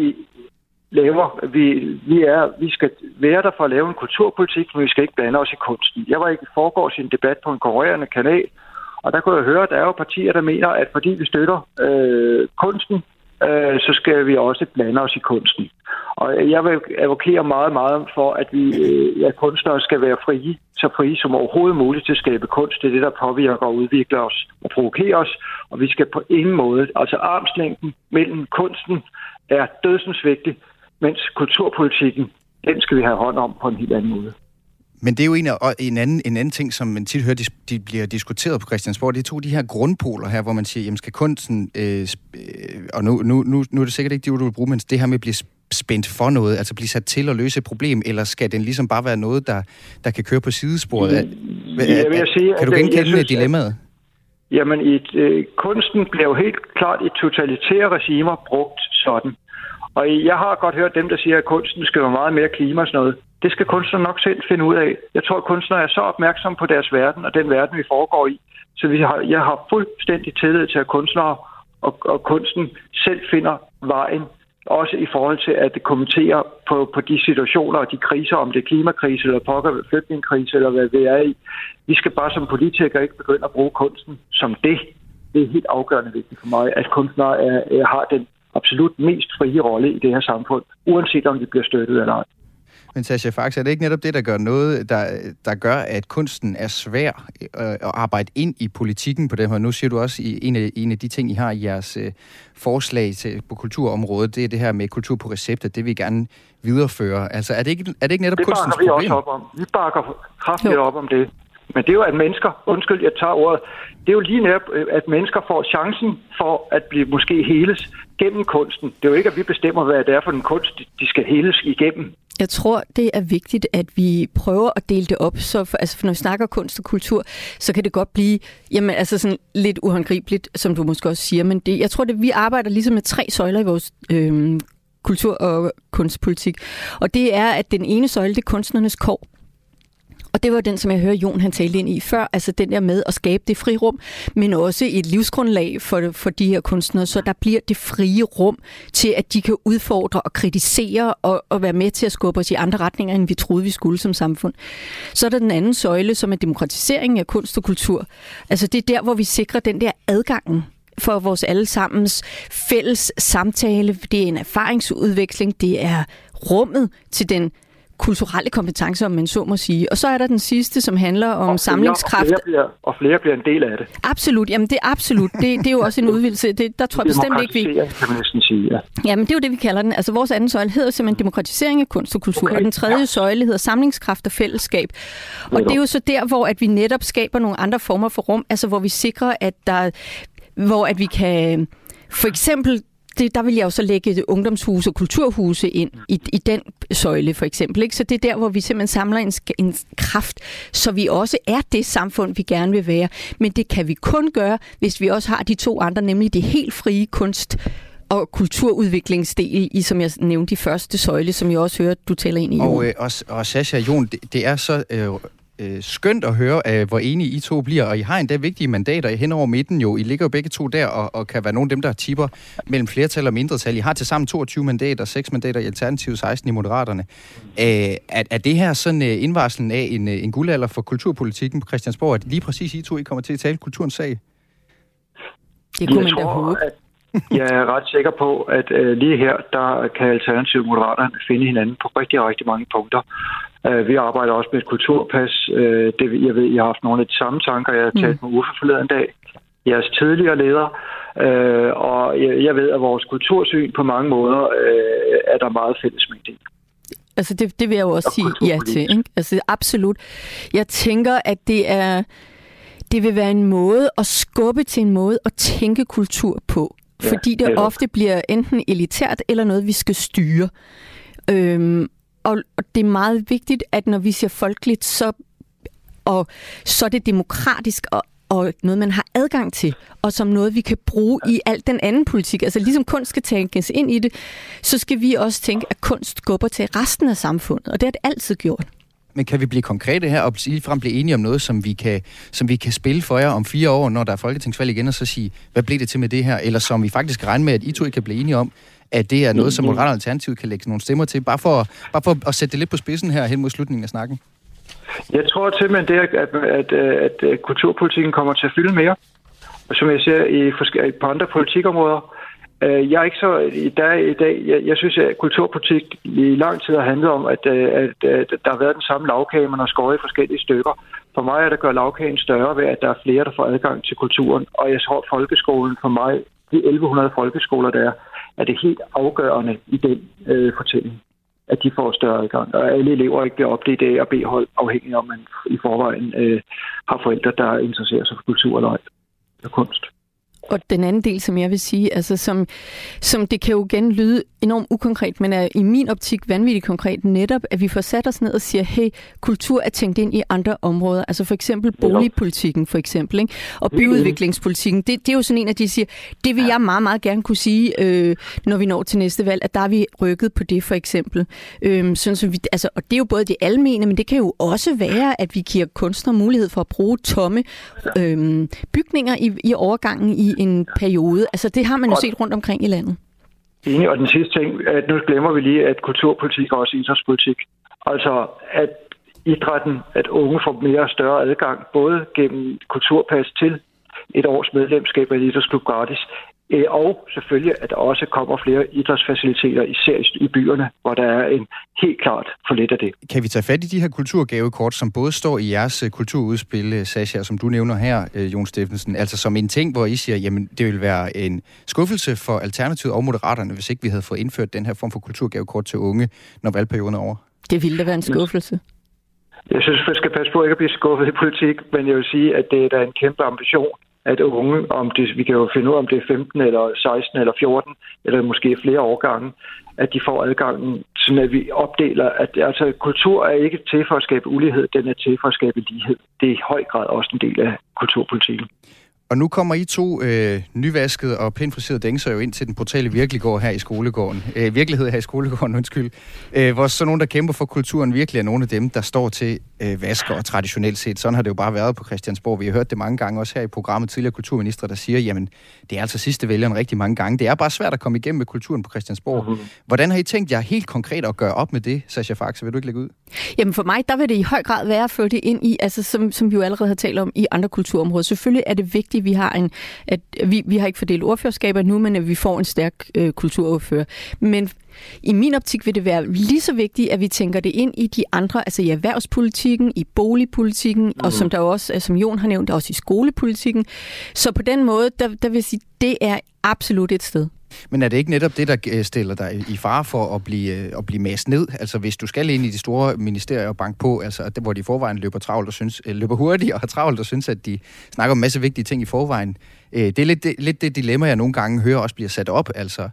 vi skal være der for at lave en kulturpolitik, men vi skal ikke blande os i kunsten. Jeg var i forgårs i en debat på en konkurrerende kanal, og der kunne jeg høre, at der er jo partier, der mener, at fordi vi støtter kunsten, så skal vi også blande os i kunsten. Og jeg vil advokere meget, meget for, at kunstnere skal være frie, så frie som overhovedet muligt til at skabe kunst. Det er det, der påvirker og udvikler os og provokerer os. Og vi skal på ingen måde, altså armslængden mellem kunsten er dødsens vigtig, mens kulturpolitikken, den skal vi have hånd om på en helt anden måde. Men det er jo en anden ting, som man tit hører, de bliver diskuteret på Christiansborg. Det er to de her grundpoler her, hvor man siger, jamen skal kunsten, og nu er det sikkert ikke det, du vil bruge, men det her med at blive spændt for noget, altså blive sat til at løse et problem, eller skal den ligesom bare være noget, der kan køre på sidesporet? Kan du genkende dilemmaet? Jamen, kunsten bliver jo helt klart i totalitære regimer brugt sådan. Og jeg har godt hørt dem, der siger, at kunsten skal være meget mere klima og sådan noget. Det skal kunstnere nok selv finde ud af. Jeg tror, at kunstnere er så opmærksomme på deres verden og den verden, vi foregår i. Så jeg har fuldstændig tillid til, at kunstnere og kunsten selv finder vejen. Også i forhold til at kommentere på de situationer og de kriser, om det er klimakrise eller flygtningekrise eller hvad vi er i. Vi skal bare som politikere ikke begynde at bruge kunsten som det. Det er helt afgørende vigtigt for mig, at kunstnere har den absolut mest frie rolle i det her samfund, uanset om de bliver støttet eller ej. Men Sascha Faxe, er det ikke netop det, der gør noget, der gør, at kunsten er svær at arbejde ind i politikken på den her? Nu siger du også, i en af de ting, I har i jeres forslag på kulturområdet, det er det her med kultur på recepter, det vil I gerne videreføre. Altså, er det ikke netop kunstens problem? Det bakker vi også op om. Vi bakker kraftigt op om det. Men det er jo, at mennesker, jeg tager ordet, det er jo lige netop, at mennesker får chancen for at blive måske heles gennem kunsten. Det er jo ikke, at vi bestemmer, hvad det er for en kunst, de skal heles igennem. Jeg tror, det er vigtigt, at vi prøver at dele det op. Så for når vi snakker kunst og kultur, så kan det godt blive sådan lidt uhåndgribeligt, som du måske også siger. Men jeg tror, vi arbejder ligesom med 3 søjler i vores kultur- og kunstpolitik. Og det er, at den ene søjle, det er kunstnernes kår. Og det var den, som jeg hører Jon han talte ind i før, altså den der med at skabe det frirum, men også et livsgrundlag for de her kunstnere, så der bliver det frie rum til, at de kan udfordre og kritisere og være med til at skubbe os i andre retninger, end vi troede, vi skulle som samfund. Så er der den anden søjle, som er demokratisering af kunst og kultur. Altså det er der, hvor vi sikrer den der adgangen for vores allesammens fælles samtale. Det er en erfaringsudveksling, det er rummet til den kulturelle kompetencer, om man så må sige. Og så er der den sidste, som handler om samlingskraft. Og flere bliver en del af det. Absolut. Jamen, det er absolut. Det er jo også en udvidelse. Der tror jeg bestemt ikke, vi... kan man næsten sige, ja. Jamen, det er jo det, vi kalder den. Altså, vores anden søjle hedder simpelthen demokratisering af kunst og kultur, og den tredje søjle hedder samlingskraft og fællesskab. Og det er jo så der, hvor at vi netop skaber nogle andre former for rum, altså hvor vi sikrer, hvor vi kan... For eksempel der vil jeg jo så lægge ungdomshuse og kulturhuse ind i den søjle, for eksempel. Ikke? Så det er der, hvor vi simpelthen samler en kraft, så vi også er det samfund, vi gerne vil være. Men det kan vi kun gøre, hvis vi også har de 2 andre, nemlig det helt frie kunst- og kulturudviklingsdel i, som jeg nævnte, de første søjle, som jeg også hørte, du taler ind i. Og Sascha og Jon, det er så... skønt at høre, hvor enige I 2 bliver, og I har endda vigtige mandater hen over midten jo. I ligger jo begge 2 der, og kan være nogle af dem, der tipper mellem flertal og mindretal. I har til sammen 22 mandater, 6 mandater i Alternativet, 16 i Moderaterne. Er det her sådan indvarslen af en guldalder for kulturpolitikken på Christiansborg, at lige præcis I 2 ikke kommer til at tale kulturens sag? Det kunne man da håbe. Jeg er ret sikker på, at lige her, der kan Alternativet og Moderaterne finde hinanden på rigtig, rigtig mange punkter. Vi arbejder også med et kulturpas. Jeg ved, I har haft nogle af de samme tanker, jeg har talt med Uffe forleden dag. Jeres tidligere leder. Og jeg ved, at vores kultursyn på mange måder er der meget fællesmængde i. Altså det vil jeg jo også sige ja til. Ikke? Altså absolut. Jeg tænker, at det vil være en måde at skubbe til en måde at tænke kultur på. Fordi det ofte bliver enten elitært eller noget, vi skal styre. Og det er meget vigtigt, at når vi siger folkeligt, så er det demokratisk og noget, man har adgang til, og som noget, vi kan bruge i alt den anden politik. Altså ligesom kunst skal tænkes ind i det, så skal vi også tænke, at kunst skubber til resten af samfundet, og det har det altid gjort. Men kan vi blive konkrete her og ligefrem blive enige om noget, som vi kan spille for jer om 4 år, når der er folketingsvalg igen, og så sige, hvad blev det til med det her? Eller som vi faktisk regner med, at I 2 kan blive enige om, at det er noget, som Moderaterne Alternativet kan lægge nogle stemmer til, bare for at sætte det lidt på spidsen her hen mod slutningen af snakken? Jeg tror simpelthen, at kulturpolitikken kommer til at fylde mere. Som jeg ser på andre politikområder. Jeg er ikke så i dag. Jeg synes, at kulturpolitik i lang tid har handlet om, at der har været den samme lagkage, man har skåret i forskellige stykker. For mig er det at gøre lagkagen større ved, at der er flere, der får adgang til kulturen. Og jeg tror, at folkeskolen for mig, de 1100 folkeskoler, der er det helt afgørende i den fortælling, at de får større adgang. Og alle elever ikke bliver opdelt af og B-hold, afhængig af, om man i forvejen har forældre, der interesserer sig for kultur eller kunst. Og den anden del, som jeg vil sige, altså som det kan jo igen lyde enormt ukonkret, men er i min optik vanvittigt konkret netop, at vi får sat os ned og siger, hey, kultur er tænkt ind i andre områder. Altså for eksempel boligpolitikken, for eksempel, ikke? Og byudviklingspolitikken. Det er jo sådan en af de siger, det vil jeg meget, meget gerne kunne sige, når vi når til næste valg, at der er vi rykket på det, for eksempel. Sådan, så vi, altså, og det er jo både det almene, men det kan jo også være, at vi giver kunstnere mulighed for at bruge tomme bygninger i overgangen i en periode. Altså det har man jo set rundt omkring i landet. Enig, og den sidste ting, at nu glemmer vi lige, at kulturpolitik er også idrætspolitik. Altså at idrætten, at unge får mere og større adgang, både gennem kulturpas til et års medlemskab af idrætsklub gratis, Og selvfølgelig, at der også kommer flere idrætsfaciliteter, især i byerne, hvor der er en helt klart for lidt af det. Kan vi tage fat i de her kulturgavekort, som både står i jeres kulturudspil, Sascha, som du nævner her, Jon Steffensen, altså som en ting, hvor I siger, jamen det vil være en skuffelse for Alternativet og Moderaterne, hvis ikke vi havde fået indført den her form for kulturgavekort til unge, når valgperioden er over? Det ville da være en skuffelse. Jeg synes, vi skal passe på ikke at blive skuffet i politik, men jeg vil sige, at det er en kæmpe ambition, at unge, vi kan jo finde ud af, om det er 15 eller 16 eller 14, eller måske flere årgange, at de får adgangen, sådan at vi opdeler, at altså, kultur er ikke til for at skabe ulighed, den er til for at skabe lighed. Det er i høj grad også en del af kulturpolitikken. Og nu kommer I to nyvaskede og pænfriserede dængser jo ind til den brutale virkelighed her i skolegården, hvor så nogen, der kæmper for kulturen, virkelig er nogle af dem, der står til vasker og traditionelt set. Sådan har det jo bare været på Christiansborg. Vi har hørt det mange gange også her i programmet, tidligere kulturministre, der siger, jamen, det er altså sidste vælgeren rigtig mange gange. Det er bare svært at komme igennem med kulturen på Christiansborg. Mm-hmm. Hvordan har I tænkt jer helt konkret at gøre op med det, Sascha Faxe? Vil du ikke lægge ud? Jamen for mig, der vil det i høj grad være at få det ind i, altså som vi jo allerede har talt om i andre kulturområder. Selvfølgelig er det vigtigt, vi har ikke fordelt ordførerskaber nu, men at vi får en stærk kulturordfører. Men i min optik vil det være lige så vigtigt, at vi tænker det ind i de andre, altså i erhvervspolitikken, i boligpolitikken, og som der også, som Jon har nævnt, også i skolepolitikken. Så på den måde, der vil jeg sige, det er absolut et sted. Men er det ikke netop det, der stiller dig i fare for at blive mast ned? Altså hvis du skal ind i de store ministerier og banke på, altså hvor de i forvejen løber hurtigt og har travlt og synes, at de snakker om en masse vigtige ting i forvejen. Det er lidt det dilemma, jeg nogle gange hører også bliver sat op, altså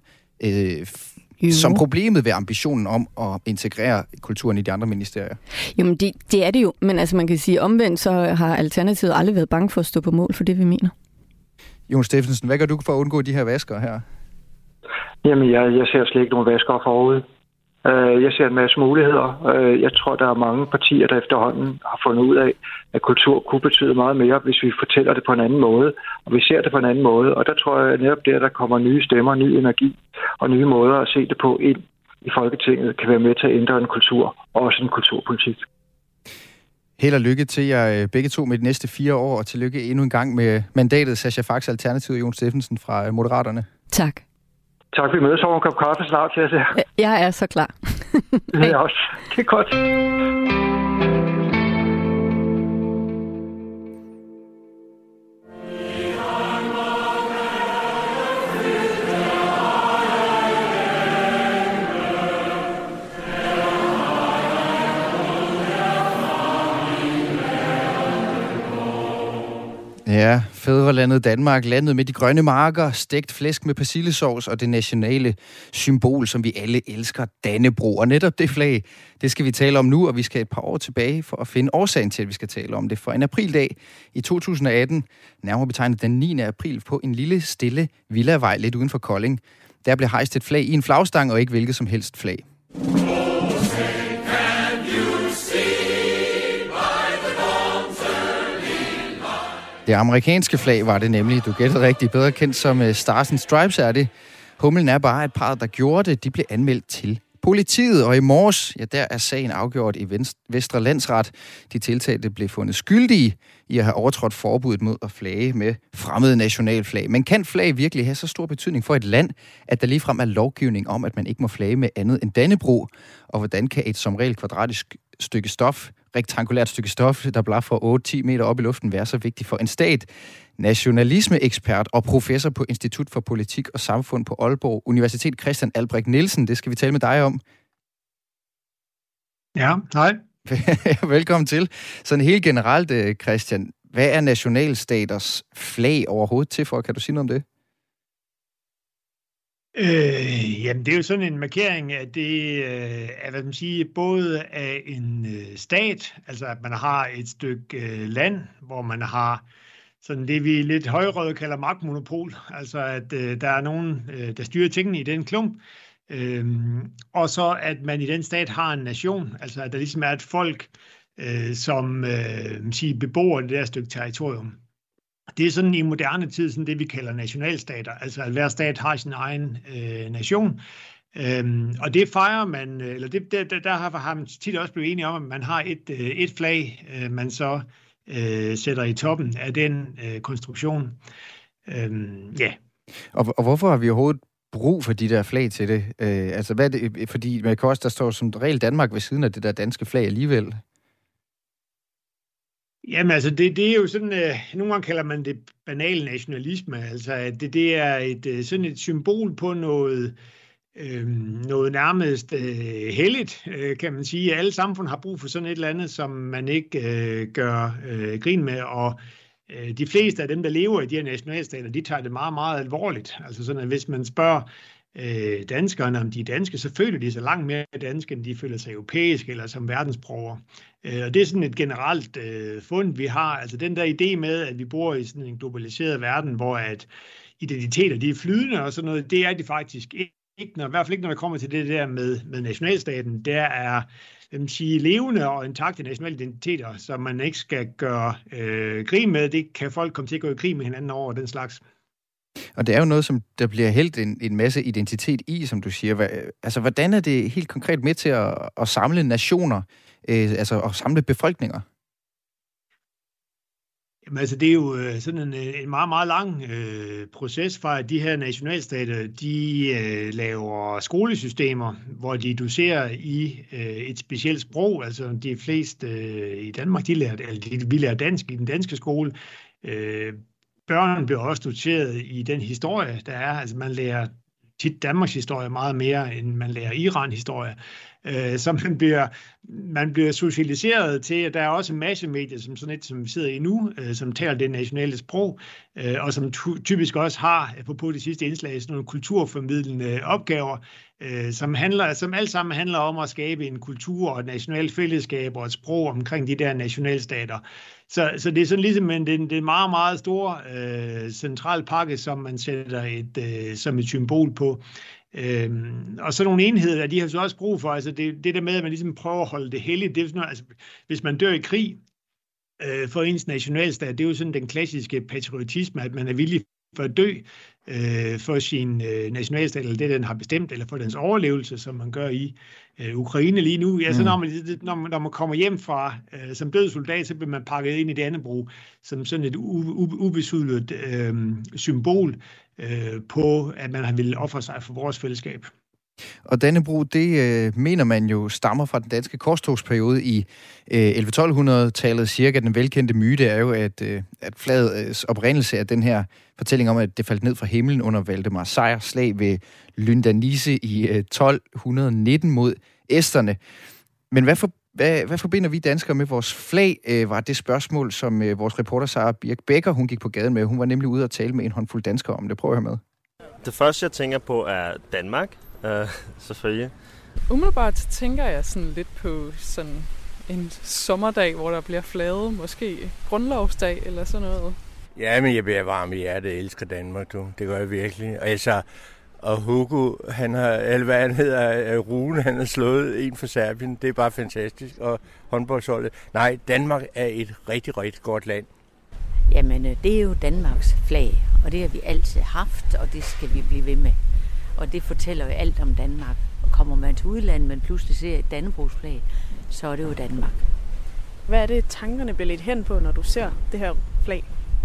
som problemet ved ambitionen om at integrere kulturen i de andre ministerier. Jamen det er det jo, men altså man kan sige omvendt, så har Alternativet aldrig været bange for at stå på mål for det, vi mener. Jon Steffensen, hvad gør du for at undgå de her vasker her? Jamen, jeg ser slet ikke nogen vasker forud. Jeg ser en masse muligheder. Jeg tror, der er mange partier, der efterhånden har fundet ud af, at kultur kunne betyde meget mere, hvis vi fortæller det på en anden måde. Og vi ser det på en anden måde. Og der tror jeg netop der kommer nye stemmer, ny energi og nye måder at se det på ind i Folketinget, kan være med til at ændre en kultur, og også en kulturpolitik. Held og lykke til jer begge to med de næste 4 år, og tillykke endnu en gang med mandatet, Sascha Faxe, Alternativet, Jon Steffensen fra Moderaterne. Tak. Tak, vi mødes over en kop kaffe snart, til at se. Jeg er så klar. Det er også. Det er godt. Ja, fædrelandet Danmark, landet med de grønne marker, stegt flæsk med persillesovs og det nationale symbol, som vi alle elsker, Dannebrog. Og netop det flag, det skal vi tale om nu, og vi skal et par år tilbage for at finde årsagen til, at vi skal tale om det. For en aprildag i 2018, nærmere betegnet den 9. april, på en lille, stille villavej lidt uden for Kolding, der blev hejst et flag i en flagstang og ikke hvilket som helst flag. Det amerikanske flag var det nemlig. Du gættede rigtig, bedre kendt som Stars and Stripes er det. Humlen er bare, at parret, der gjorde det, de blev anmeldt til politiet. Og i morges, ja, der er sagen afgjort i Vestre Landsret. De tiltalte blev fundet skyldige i at have overtrådt forbuddet mod at flage med fremmede nationalflag. Men kan flag virkelig have så stor betydning for et land, at der ligefrem er lovgivning om, at man ikke må flage med andet end Dannebrog? Og hvordan kan et som regel kvadratisk stykke stof, rektangulært stykke stof, der blaffer 8-10 meter op i luften, være så vigtigt for en stat? Nationalisme-ekspert og professor på Institut for Politik og Samfund på Aalborg Universitet, Christian Albrecht Nielsen. Det skal vi tale med dig om. Ja, hej. Velkommen til. Sådan helt generelt, Christian, hvad er nationalstaters flag overhovedet til for? Kan du sige noget om det? Jamen, det er jo sådan en markering, at det er, hvad man siger, både af en stat, altså at man har et stykke land, hvor man har sådan det, vi lidt højrøde kalder magtmonopol, altså at der er nogen, der styrer tingene i den klump, og så at man i den stat har en nation, altså at der ligesom er et folk, som siger, beboer det der stykke territorium. Det er sådan i moderne tid sådan det, vi kalder nationalstater, altså at hver stat har sin egen nation. Og det fejrer man, eller der har man tit også blevet enige om, at man har et flag, man så sætter i toppen af den konstruktion. Ja. Og hvorfor har vi overhovedet brug for de der flag til det? Altså, hvad er det? Fordi med Kost, der står som regel Danmark ved siden af det der danske flag alligevel. Jamen altså, det er jo sådan, nogle gange kalder man det banal nationalisme, altså at det er sådan et symbol på noget nærmest helligt, kan man sige. Alle samfund har brug for sådan et eller andet, som man ikke gør grin med, og de fleste af dem, der lever i de her nationalstater, de tager det meget, meget alvorligt. Altså sådan, at hvis man spørger danskerne, om de er danske, så føler de sig langt mere danske, end de føler sig europæiske eller som verdensborgere. Og det er sådan et generelt fund, vi har. Altså den der idé med, at vi bor i sådan en globaliseret verden, hvor at identiteter, de er flydende og sådan noget, det er de faktisk ikke. I hvert fald ikke, når det kommer til det der med nationalstaten. Der er levende og intakte nationale identiteter, som man ikke skal gøre grin med. Det kan folk komme til at gå i krig med hinanden over den slags. Og det er jo noget, som der bliver hældt en masse identitet i, som du siger. Altså, hvordan er det helt konkret med til at samle nationer, altså at samle befolkninger? Jamen, altså, det er jo sådan en meget, meget lang proces fra, at de her nationalstater, de laver skolesystemer, hvor de doserer i et specielt sprog. Altså, de fleste i Danmark, vi lærer dansk i den danske skole. Børn bliver også doseret i den historie, der er. Altså, man lærer tit Danmarks historie meget mere, end man lærer Iran-historie. Så man bliver socialiseret til, at der er også en masse medier, som sådan et, som sidder i nu, som taler det nationale sprog, og som typisk også har, på det sidste indslag, sådan nogle kulturformidlende opgaver, som alt sammen handler om at skabe en kultur og et nationalt fællesskab og et sprog omkring de der nationalstater. Så det er sådan ligesom det meget, meget store central pakke, som man sætter som et symbol på. Og så nogle enheder, de har så også brug for, altså det der med, at man ligesom prøver at holde det helligt, det er sådan, altså, hvis man dør i krig for ens nationalstat, det er jo sådan den klassiske patriotisme, at man er villig for at dø for sin nationalstat, eller det, den har bestemt, eller for dens overlevelse, som man gør i Ukraine lige nu. Ja, så når man kommer hjem fra som død soldat, så bliver man pakket ind i Dannebrog som sådan et ubesudlet symbol på, at man har ville ofre sig for vores fællesskab. Og Dannebrog, det mener man jo stammer fra den danske korstogsperiode i 1100-1200-tallet. Cirka den velkendte myte er jo, at flagets oprindelse er den her fortælling om, at det faldt ned fra himlen under Valdemars sejrslag ved Lyndanisse i 1219 mod esterne. Men hvad forbinder vi danskere med vores flag, var det spørgsmål, som vores reporter Sara Birk Becker, hun gik på gaden med. Hun var nemlig ude og tale med en håndfuld danskere om det. Prøv at høre med. Det første, jeg tænker på, er Danmark. Selvfølgelig. Umiddelbart tænker jeg sådan lidt på sådan en sommerdag, hvor der bliver flaget, måske grundlovsdag eller sådan noget. Ja, men jeg bliver varm i hjertet. Jeg elsker Danmark, du. Det gør jeg virkelig. Og Hugo, han har, eller hvad han hedder, Rune, han har slået en for Serbien. Det er bare fantastisk. Og håndboldsholdet. Nej, Danmark er et rigtig, rigtig godt land. Jamen, det er jo Danmarks flag, og det har vi altid haft, og det skal vi blive ved med. Og det fortæller jo alt om Danmark. Og kommer man til udlandet, men pludselig ser et dannebrogsflag, så er det jo Danmark. Hvad er det, tankerne bliver lidt hen på, når du ser det her flag?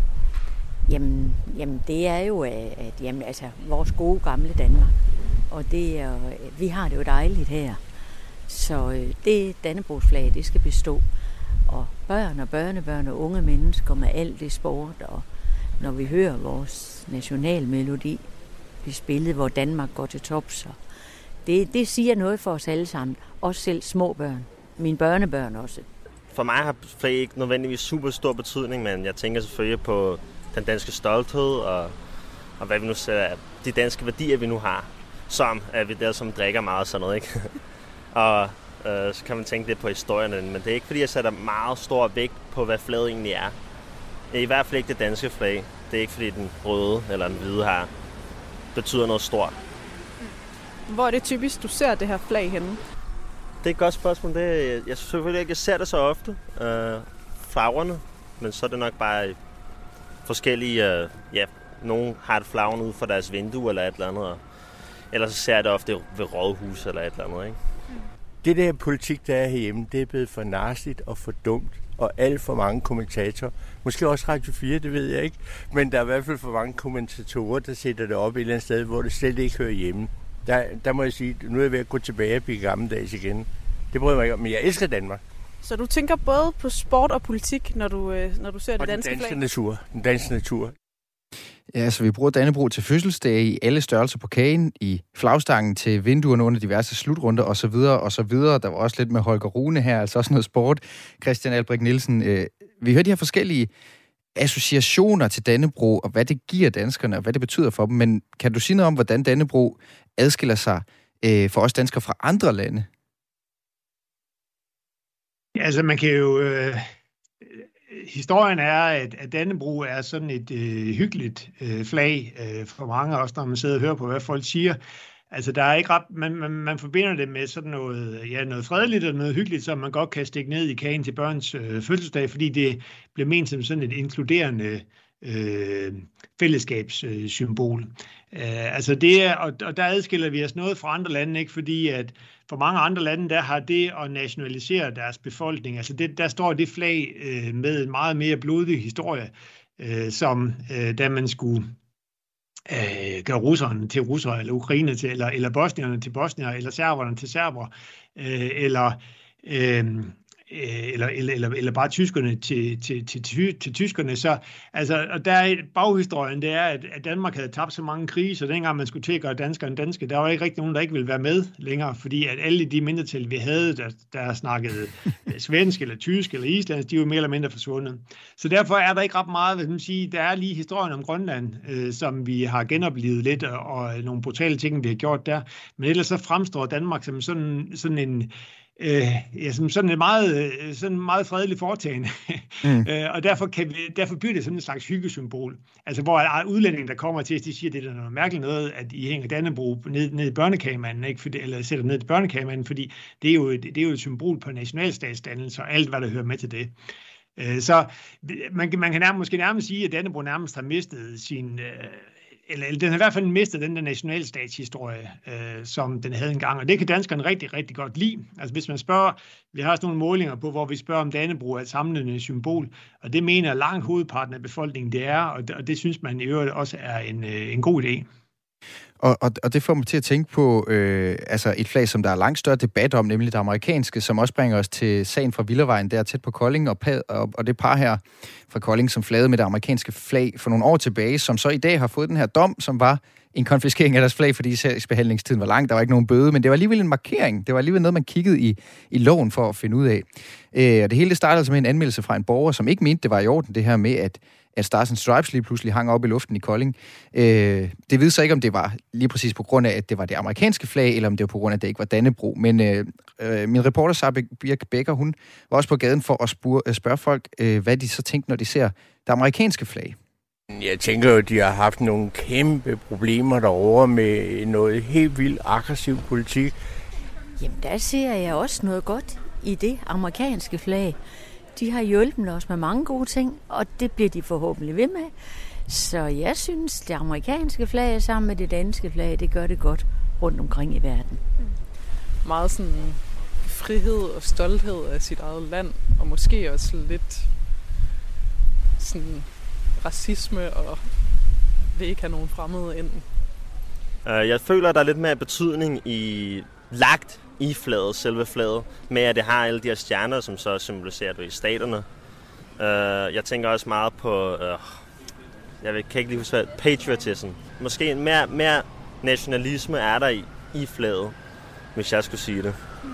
Jamen det er jo vores gode gamle Danmark. Og vi har det jo dejligt her. Så det dannebrogsflag, det skal bestå. Og børn og børnebørn og unge mennesker med alt det sport, og når vi hører vores nationalmelodi, vi spillede, hvor Danmark går til tops. Det siger noget for os alle sammen. Også selv små børn. Mine børnebørn også. For mig har flag ikke nødvendigvis super stor betydning, men jeg tænker selvfølgelig på den danske stolthed og hvad vi nu ser, de danske værdier, vi nu har. Som at vi der, som drikker meget sådan noget, ikke? Og så kan man tænke lidt på historien, men det er ikke fordi, jeg sætter meget stor vægt på, hvad flaget egentlig er. I hvert fald ikke det danske flag. Det er ikke fordi den røde eller den hvide her betyder noget stort. Hvor er det typisk, du ser det her flag henne? Det er et godt spørgsmål. Jeg synes selvfølgelig ikke, jeg ser det så ofte. Flagrene, men så er det nok bare forskellige... nogen har et flagren ud for deres vindue eller et eller andet. Ellers så ser jeg det ofte ved rådhus eller et eller andet, ikke? Det der politik, der er herhjemme, det er blevet for narstigt og for dumt. og alt for mange kommentatorer. Måske også Radio 4, det ved jeg ikke. Men der er i hvert fald for mange kommentatorer, der sætter det op et eller andet sted, hvor det slet ikke hører hjemme. Der må jeg sige, nu er jeg ved at gå tilbage og blive gammeldags igen. Det bryder jeg mig ikke om, men jeg elsker Danmark. Så du tænker både på sport og politik, når du ser det danske flag? Den danske natur. Ja, så vi bruger Dannebrog til fødselsdage i alle størrelser på kagen, i flagstangen til vinduerne under diverse slutrunder osv. osv. Der var også lidt med Holger Rune her, altså også noget sport. Christian Albrecht Nielsen, vi hører de her forskellige associationer til Dannebrog, og hvad det giver danskerne, og hvad det betyder for dem. Men kan du sige noget om, hvordan Dannebrog adskiller sig for os danskere fra andre lande? Ja, altså man kan jo... Historien er, at Dannebrog er sådan et hyggeligt flag for mange af os, når man sidder og hører på, hvad folk siger. Altså, der er ikke man forbinder det med sådan noget fredeligt og noget hyggeligt, som man godt kan stikke ned i kagen til børns fødselsdag, fordi det bliver ment som sådan et inkluderende fællesskabssymbol. Altså det er, og der adskiller vi os noget fra andre lande, ikke? Fordi at for mange andre lande, der har det at nationalisere deres befolkning, altså der står det flag med en meget mere blodig historie, som da man skulle gøre russerne til russere, eller ukrainer til, eller bosnierne til bosniere, eller serberne til serbere, eller bare tyskerne til tyskerne. Så, altså, og der er baghistorien, det er, at Danmark havde tabt så mange krige, så dengang man skulle til at gøre danskerne danske, der var ikke rigtig nogen, der ikke ville være med længere, fordi at alle de mindretal, vi havde, der snakkede svensk eller tysk eller islandsk, de var mere eller mindre forsvundet. Så derfor er der ikke ret meget, hvad man siger, der er lige historien om Grønland, som vi har genoplevet lidt, og nogle brutale ting, vi har gjort der. Men ellers så fremstår Danmark som sådan en som sådan en meget fredelig foretagende. Og derfor bliver det sådan en slags hyggesymbol. Altså hvor udlændinge, der kommer til, de siger, det er noget mærkeligt noget, at I hænger Dannebrog ned i børnekagemanden, ikke? Eller sætter ned i børnekagemanden, fordi det er jo et symbol på nationalstatsdannelse og alt, hvad der hører med til det. Så man kan måske nærmest sige, at Dannebrog nærmest har mistet sin... Eller den har i hvert fald mistet den der nationalstatshistorie, som den havde engang. Og det kan danskerne rigtig, rigtig godt lide. Altså hvis man spørger, vi har også nogle målinger på, hvor vi spørger om Dannebrog er et samlende symbol, og det mener langt hovedparten af befolkningen, det er, og det synes man i øvrigt også er en god idé. Og det får mig til at tænke på altså et flag, som der er langt større debat om, nemlig det amerikanske, som også bringer os til sagen fra Villavejen, der tæt på Kolding, og det par her fra Kolding, som flagede med det amerikanske flag for nogle år tilbage, som så i dag har fået den her dom, som var en konfiskering af deres flag, fordi sagsbehandlingstiden var lang. Der var ikke nogen bøde, men det var alligevel en markering. Det var alligevel noget, man kiggede i loven for at finde ud af. Og det hele startede altså med en anmeldelse fra en borger, som ikke mente, det var i orden, det her med, at Stars and Stripes lige pludselig hang op i luften i Kolding. Det ved så ikke, om det var lige præcis på grund af, at det var det amerikanske flag, eller om det var på grund af, at det ikke var Dannebrog. Men min reporter, Sarah Birk Becker, hun var også på gaden for at spørge folk, hvad de så tænkte, når de ser det amerikanske flag. Jeg tænker jo, at de har haft nogle kæmpe problemer derovre med noget helt vildt aggressiv politik. Jamen, der ser jeg også noget godt i det amerikanske flag. De har hjulpet os med mange gode ting, og det bliver de forhåbentlig ved med. Så jeg synes, det amerikanske flag sammen med det danske flag, det gør det godt rundt omkring i verden. Meget sådan frihed og stolthed af sit eget land, og måske også lidt sådan racisme og vil ikke have nogen fremmede ind. Jeg føler, at der er lidt mere betydning lagt i flaget, selve flaget, med at det har alle de her stjerner, som så symboliserer det i staterne. Jeg tænker også meget på, kan ikke lige huske, patriotism. Måske mere nationalisme er der i flaget, hvis jeg skulle sige det.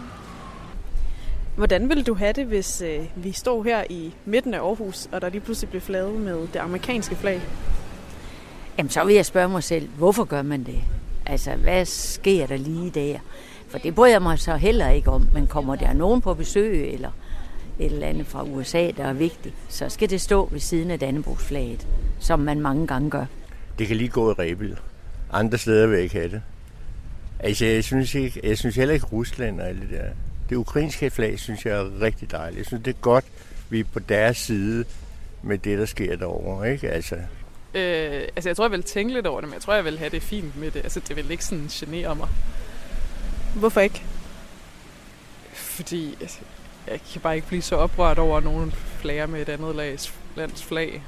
Hvordan ville du have det, hvis vi stod her i midten af Aarhus, og der lige pludselig blev flaget med det amerikanske flag? Jamen, så vil jeg spørge mig selv, hvorfor gør man det? Altså, hvad sker der lige der? For det bryder jeg mig så heller ikke om, men kommer der nogen på besøg, eller et eller andet fra USA, der er vigtigt, så skal det stå ved siden af Dannebrogsflaget, som man mange gange gør. Det kan lige gå i Rebild. Andre steder vil jeg ikke have det. Altså, jeg synes heller ikke Rusland og alt det der. Det ukrainske flag, synes jeg er rigtig dejligt. Jeg synes, det er godt, vi er på deres side med det, der sker derovre, ikke? Altså, jeg tror, jeg vil tænke lidt over det, men jeg tror, jeg vil have det fint med det. Altså, det vil ikke sådan genere mig. Hvorfor ikke? Fordi Jeg kan bare ikke blive så oprørt over nogen flager med et andet lands flag.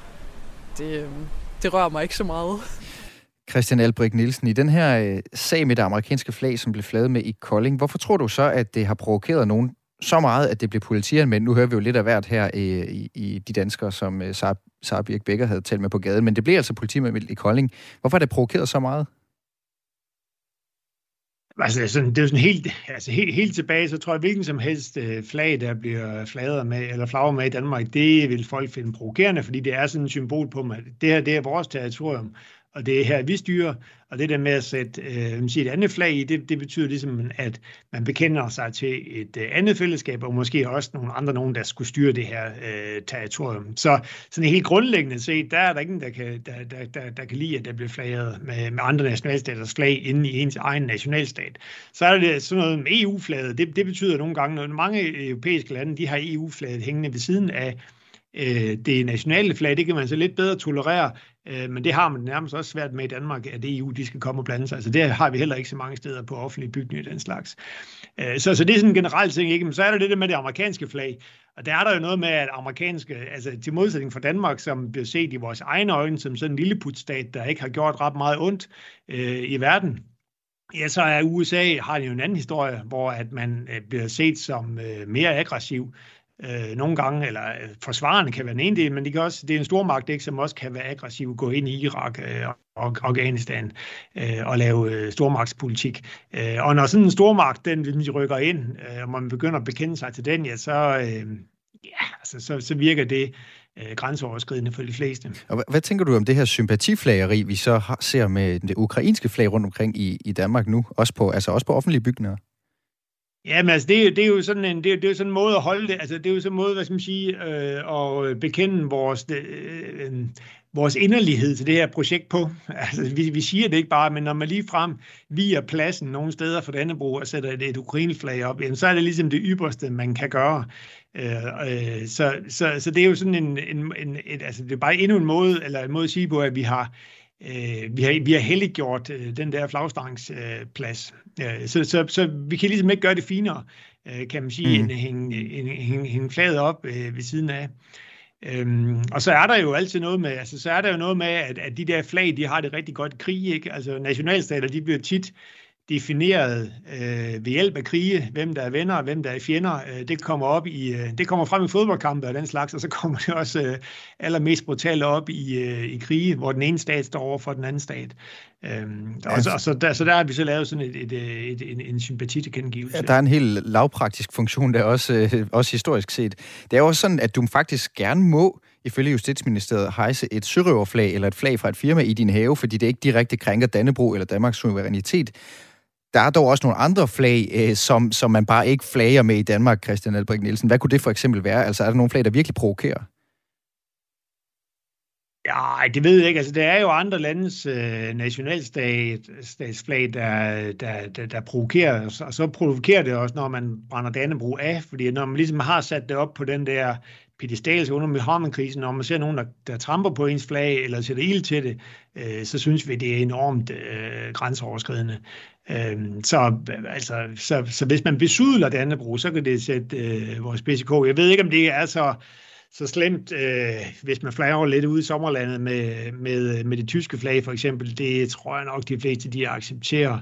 Det rører mig ikke så meget. Christian Albrecht Nielsen, i den her sag med det amerikanske flag, som blev flaget med i Kolding, hvorfor tror du så, at det har provokeret nogen så meget, at det blev politianmeldt? Nu hører vi jo lidt af hvert her i de danskere, som Sara Birk Becker havde talt med på gaden, men det blev altså politianmeldt i Kolding. Hvorfor har det provokeret så meget? Altså, det er jo sådan helt tilbage, så tror jeg, hvilken som helst flag, der bliver flaget med, eller flagret med i Danmark, det vil folk finde provokerende, fordi det er sådan et symbol på, at det her, det er vores territorium, og det er her, vi styrer, og det der med at sætte et andet flag i, det betyder ligesom, at man bekender sig til et andet fællesskab, og måske også nogen, der skulle styre det her territorium. Så sådan helt grundlæggende set, der er der ingen, der kan lide, at der bliver flaget med andre nationalstaters flag inde i ens egen nationalstat. Så er det sådan noget med EU-flaget. Det betyder nogle gange, at mange europæiske lande, de har EU-flaget hængende ved siden af det nationale flag. Det kan man så lidt bedre tolerere, men det har man nærmest også svært med i Danmark, at EU de skal komme og blande sig. Altså det har vi heller ikke så mange steder på offentlige bygninger den slags. Så det er sådan en generel ting, ikke? Men så er der det med det amerikanske flag, og der er der jo noget med, at amerikanske, altså til modsætning fra Danmark, som bliver set i vores egne øjne som sådan en lilleputstat, der ikke har gjort ret meget ondt i verden, ja, så er USA, har jo en anden historie, hvor at man bliver set som mere aggressiv, nogle gange, eller forsvarende kan være en ene del, men det er en stormagt, ikke, som også kan være aggressiv, gå ind i Irak og Afghanistan og lave stormagtspolitik. Og når sådan en stormagt, den rykker ind, og man begynder at bekende sig til den, ja, så virker det grænseoverskridende for de fleste. Og hvad tænker du om det her sympatiflageri, vi så ser med det ukrainske flag rundt omkring i Danmark nu, også på offentlige bygninger? Ja, men altså, det er jo sådan en måde at holde det, altså det er jo sådan en måde, hvad skal man sige, at bekende vores inderlighed til det her projekt på. Altså, vi siger det ikke bare, men når man lige frem viger pladsen nogle steder for Dannebrog og sætter et ukraineflag op, jamen, så er det ligesom det ypperste, man kan gøre. Så det er jo sådan altså det er bare endnu en måde at sige på, at vi har helliggjort den der flagstangsplads. Så vi kan ligesom ikke gøre det finere, kan man sige, end hænge flaget op ved siden af. Og så er der jo altid noget med, at de der flag, de har det rigtig godt i krig, ikke? Altså nationalstater, de bliver tit defineret ved hjælp af krige, hvem der er venner og hvem der er fjender. Det kommer frem i fodboldkampe og den slags, og så kommer det også allermest brutalt op i krige, hvor den ene stat står over for den anden stat. Så der har vi så lavet sådan en sympatitilkendegivelse. Ja, der er en helt lavpraktisk funktion der også historisk set. Det er jo også sådan, at du faktisk gerne må ifølge Justitsministeriet hejse et sørøverflag eller et flag fra et firma i din have, fordi det ikke direkte krænker Dannebrog eller Danmarks suverænitet. Der er dog også nogle andre flag, som man bare ikke flager med i Danmark, Christian Albrecht Nielsen. Hvad kunne det for eksempel være? Altså er der nogle flag, der virkelig provokerer? Ja, det ved jeg ikke. Altså, det er jo andre landes nationalstatsflag, der provokerer, og så provokerer det også, når man brænder Dannebrog af, fordi når man ligesom har sat det op på den der pedestal under Muhammedkrisen, når man ser nogen, der tramper på ens flag, eller sætter ild til det, så synes vi, det er enormt grænseoverskridende. Så hvis man besudler Dannebrog, så kan det sætte vores BCK. Jeg ved ikke, om det er så slemt, hvis man flager lidt ude i sommerlandet med det tyske flag, for eksempel. Det tror jeg nok, de fleste de accepterer.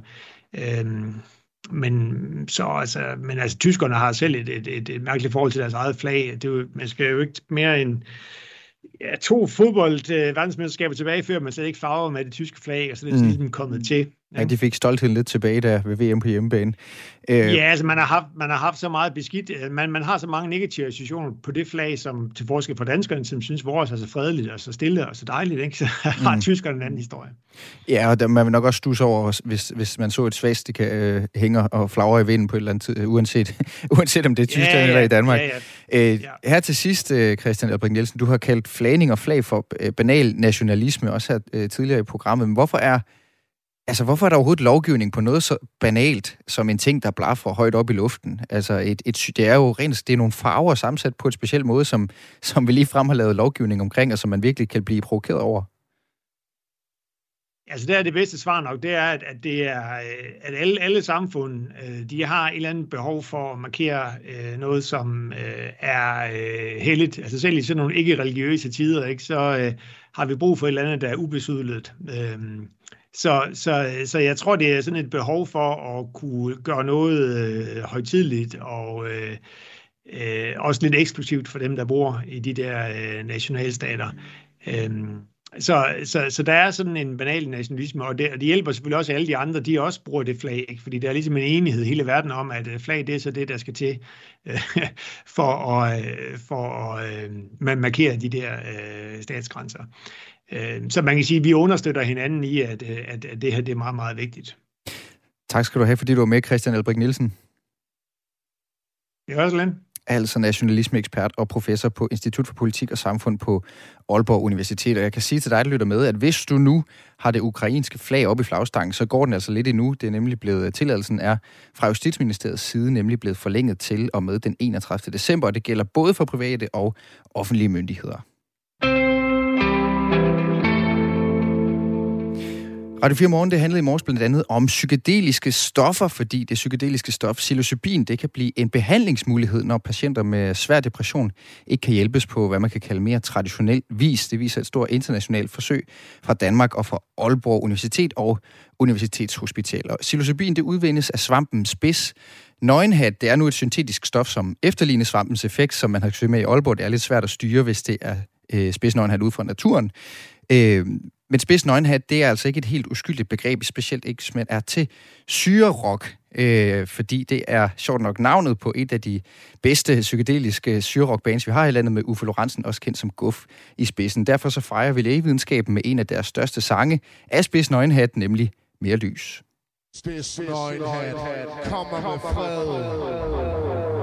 Men tyskerne har selv et mærkeligt forhold til deres eget flag. Man skal jo ikke mere end 2 verdensmesterskaber tilbage, før man slet ikke farver med det tyske flag, og så er det ligesom kommet til. Ja, de fik stoltheden lidt tilbage der ved VM på hjemmebane. Ja, altså man har haft så meget beskidt, man har så mange negative associationer på det flag, som til forskel fra danskerne, som synes, vores er så fredeligt og så stille og så dejligt, ikke? Så har tyskerne en anden historie. Ja, og man vil nok også stusse over, hvis man så et svastika hænger og flagrer i vinden på et eller andet tid, uanset om det er Tyskland eller i Danmark. Ja. Her til sidst, Christian Albrecht Nielsen, du har kaldt flagning og flag for banal nationalisme, også her tidligere i programmet. Men hvorfor er der overhovedet lovgivning på noget så banalt som en ting, der blaffer højt op i luften? Altså, det er jo rent, det er nogle farver sammensat på et specielt måde, som vi lige frem har lavet lovgivning omkring, og som man virkelig kan blive provokeret over. Altså der er det bedste svar nok, det er, at det er, at alle samfund, de har et eller andet behov for at markere noget, som er helligt. Altså selv i sådan nogle ikke-religiøse tider, ikke, så har vi brug for et eller andet, der er ubesudlet. Så jeg tror, det er sådan et behov for at kunne gøre noget højtideligt og også lidt eksplosivt for dem, der bor i de der nationalstater. Så der er sådan en banal nationalisme, og det hjælper selvfølgelig også alle de andre, de også bruger det flag, ikke? Fordi der er ligesom en enighed hele verden om, at flag, det er så det, der skal til for at markere de der statsgrænser. Så man kan sige, at vi understøtter hinanden i, at det her det er meget, meget vigtigt. Tak skal du have, fordi du var med, Christian Albrecht Nielsen. Det er også lidt. Altså nationalismeekspert og professor på Institut for Politik og Samfund på Aalborg Universitet. Og jeg kan sige til dig, der lytter med, at hvis du nu har det ukrainske flag op i flagstangen, så går den altså lidt endnu. Det er nemlig blevet, tilladelsen er fra Justitsministeriets side nemlig blevet forlænget til og med den 31. december, og det gælder både for private og offentlige myndigheder. Radio 4 Morgen, det handlede i morges blandt andet om psykedeliske stoffer, fordi det psykedeliske stof psilocybin, det kan blive en behandlingsmulighed, når patienter med svær depression ikke kan hjælpes på, hvad man kan kalde mere traditionel vis. Det viser et stort internationalt forsøg fra Danmark og fra Aalborg Universitet og Universitetshospitaler. Psilocybin, det udvindes af svampen spids nøgenhat. Det er nu et syntetisk stof, som efterligner svampens effekt, som man har søgt med i Aalborg. Det er lidt svært at styre, hvis det er spids nøgenhat ud fra naturen. Men spids nøgenhat, det er altså ikke et helt uskyldigt begreb, specielt ikke, hvis man er til syrerock, fordi det er sjovt nok navnet på et af de bedste psykedeliske syrerockbands, vi har i landet, med Uffe Lorentzen, også kendt som Guf i spidsen. Derfor så fejrer vi lægevidenskaben med en af deres største sange af spids nøgenhat, nemlig Mere lys. Spids nøgenhat, kommer med fred.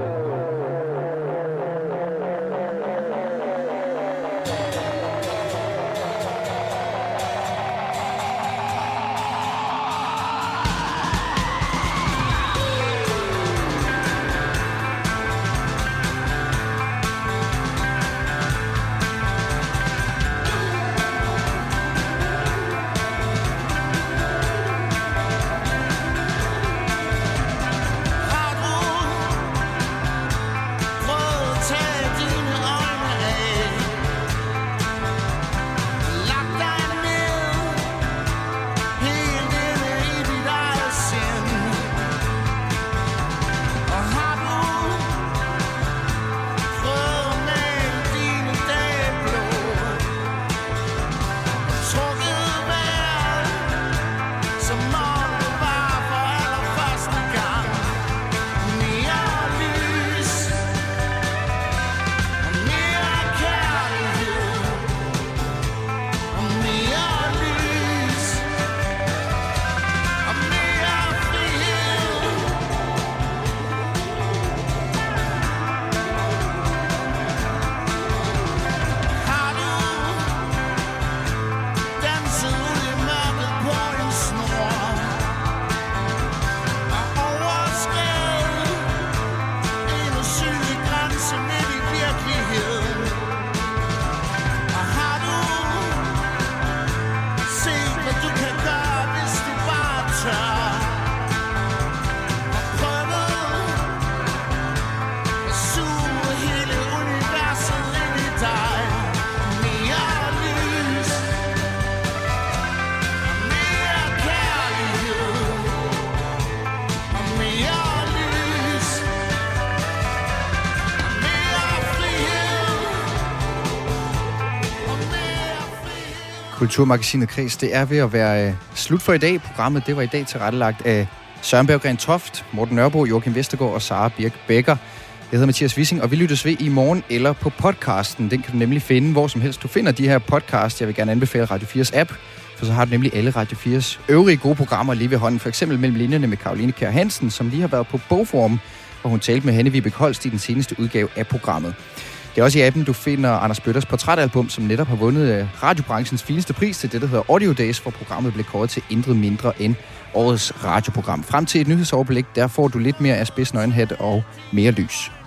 Kulturmagasinet Kreds, det er ved at være slut for i dag. Programmet, det var i dag tilrettelagt af Søren Berggren Toft, Morten Nørbo, Joachim Vestergaard og Sara Birk Becker. Jeg hedder Mathias Wissing, og vi lyttes ved i morgen eller på podcasten. Den kan du nemlig finde, hvor som helst du finder de her podcast. Jeg vil gerne anbefale Radio 4's app, for så har du nemlig alle Radio 4's øvrige gode programmer lige ved hånden. For eksempel Mellem Linjerne med Caroline Kjær Hansen, som lige har været på Bogforum, hvor hun talte med Hanne Vibeke Holst i den seneste udgave af programmet. Det er også i appen, du finder Anders Bøtters portrætalbum, som netop har vundet radiobranchens fineste pris til det, der hedder Audio Days, hvor programmet blev kåret til intet mindre end årets radioprogram. Frem til et nyhedsoverblik, der får du lidt mere af spids nøgenhat og mere lys.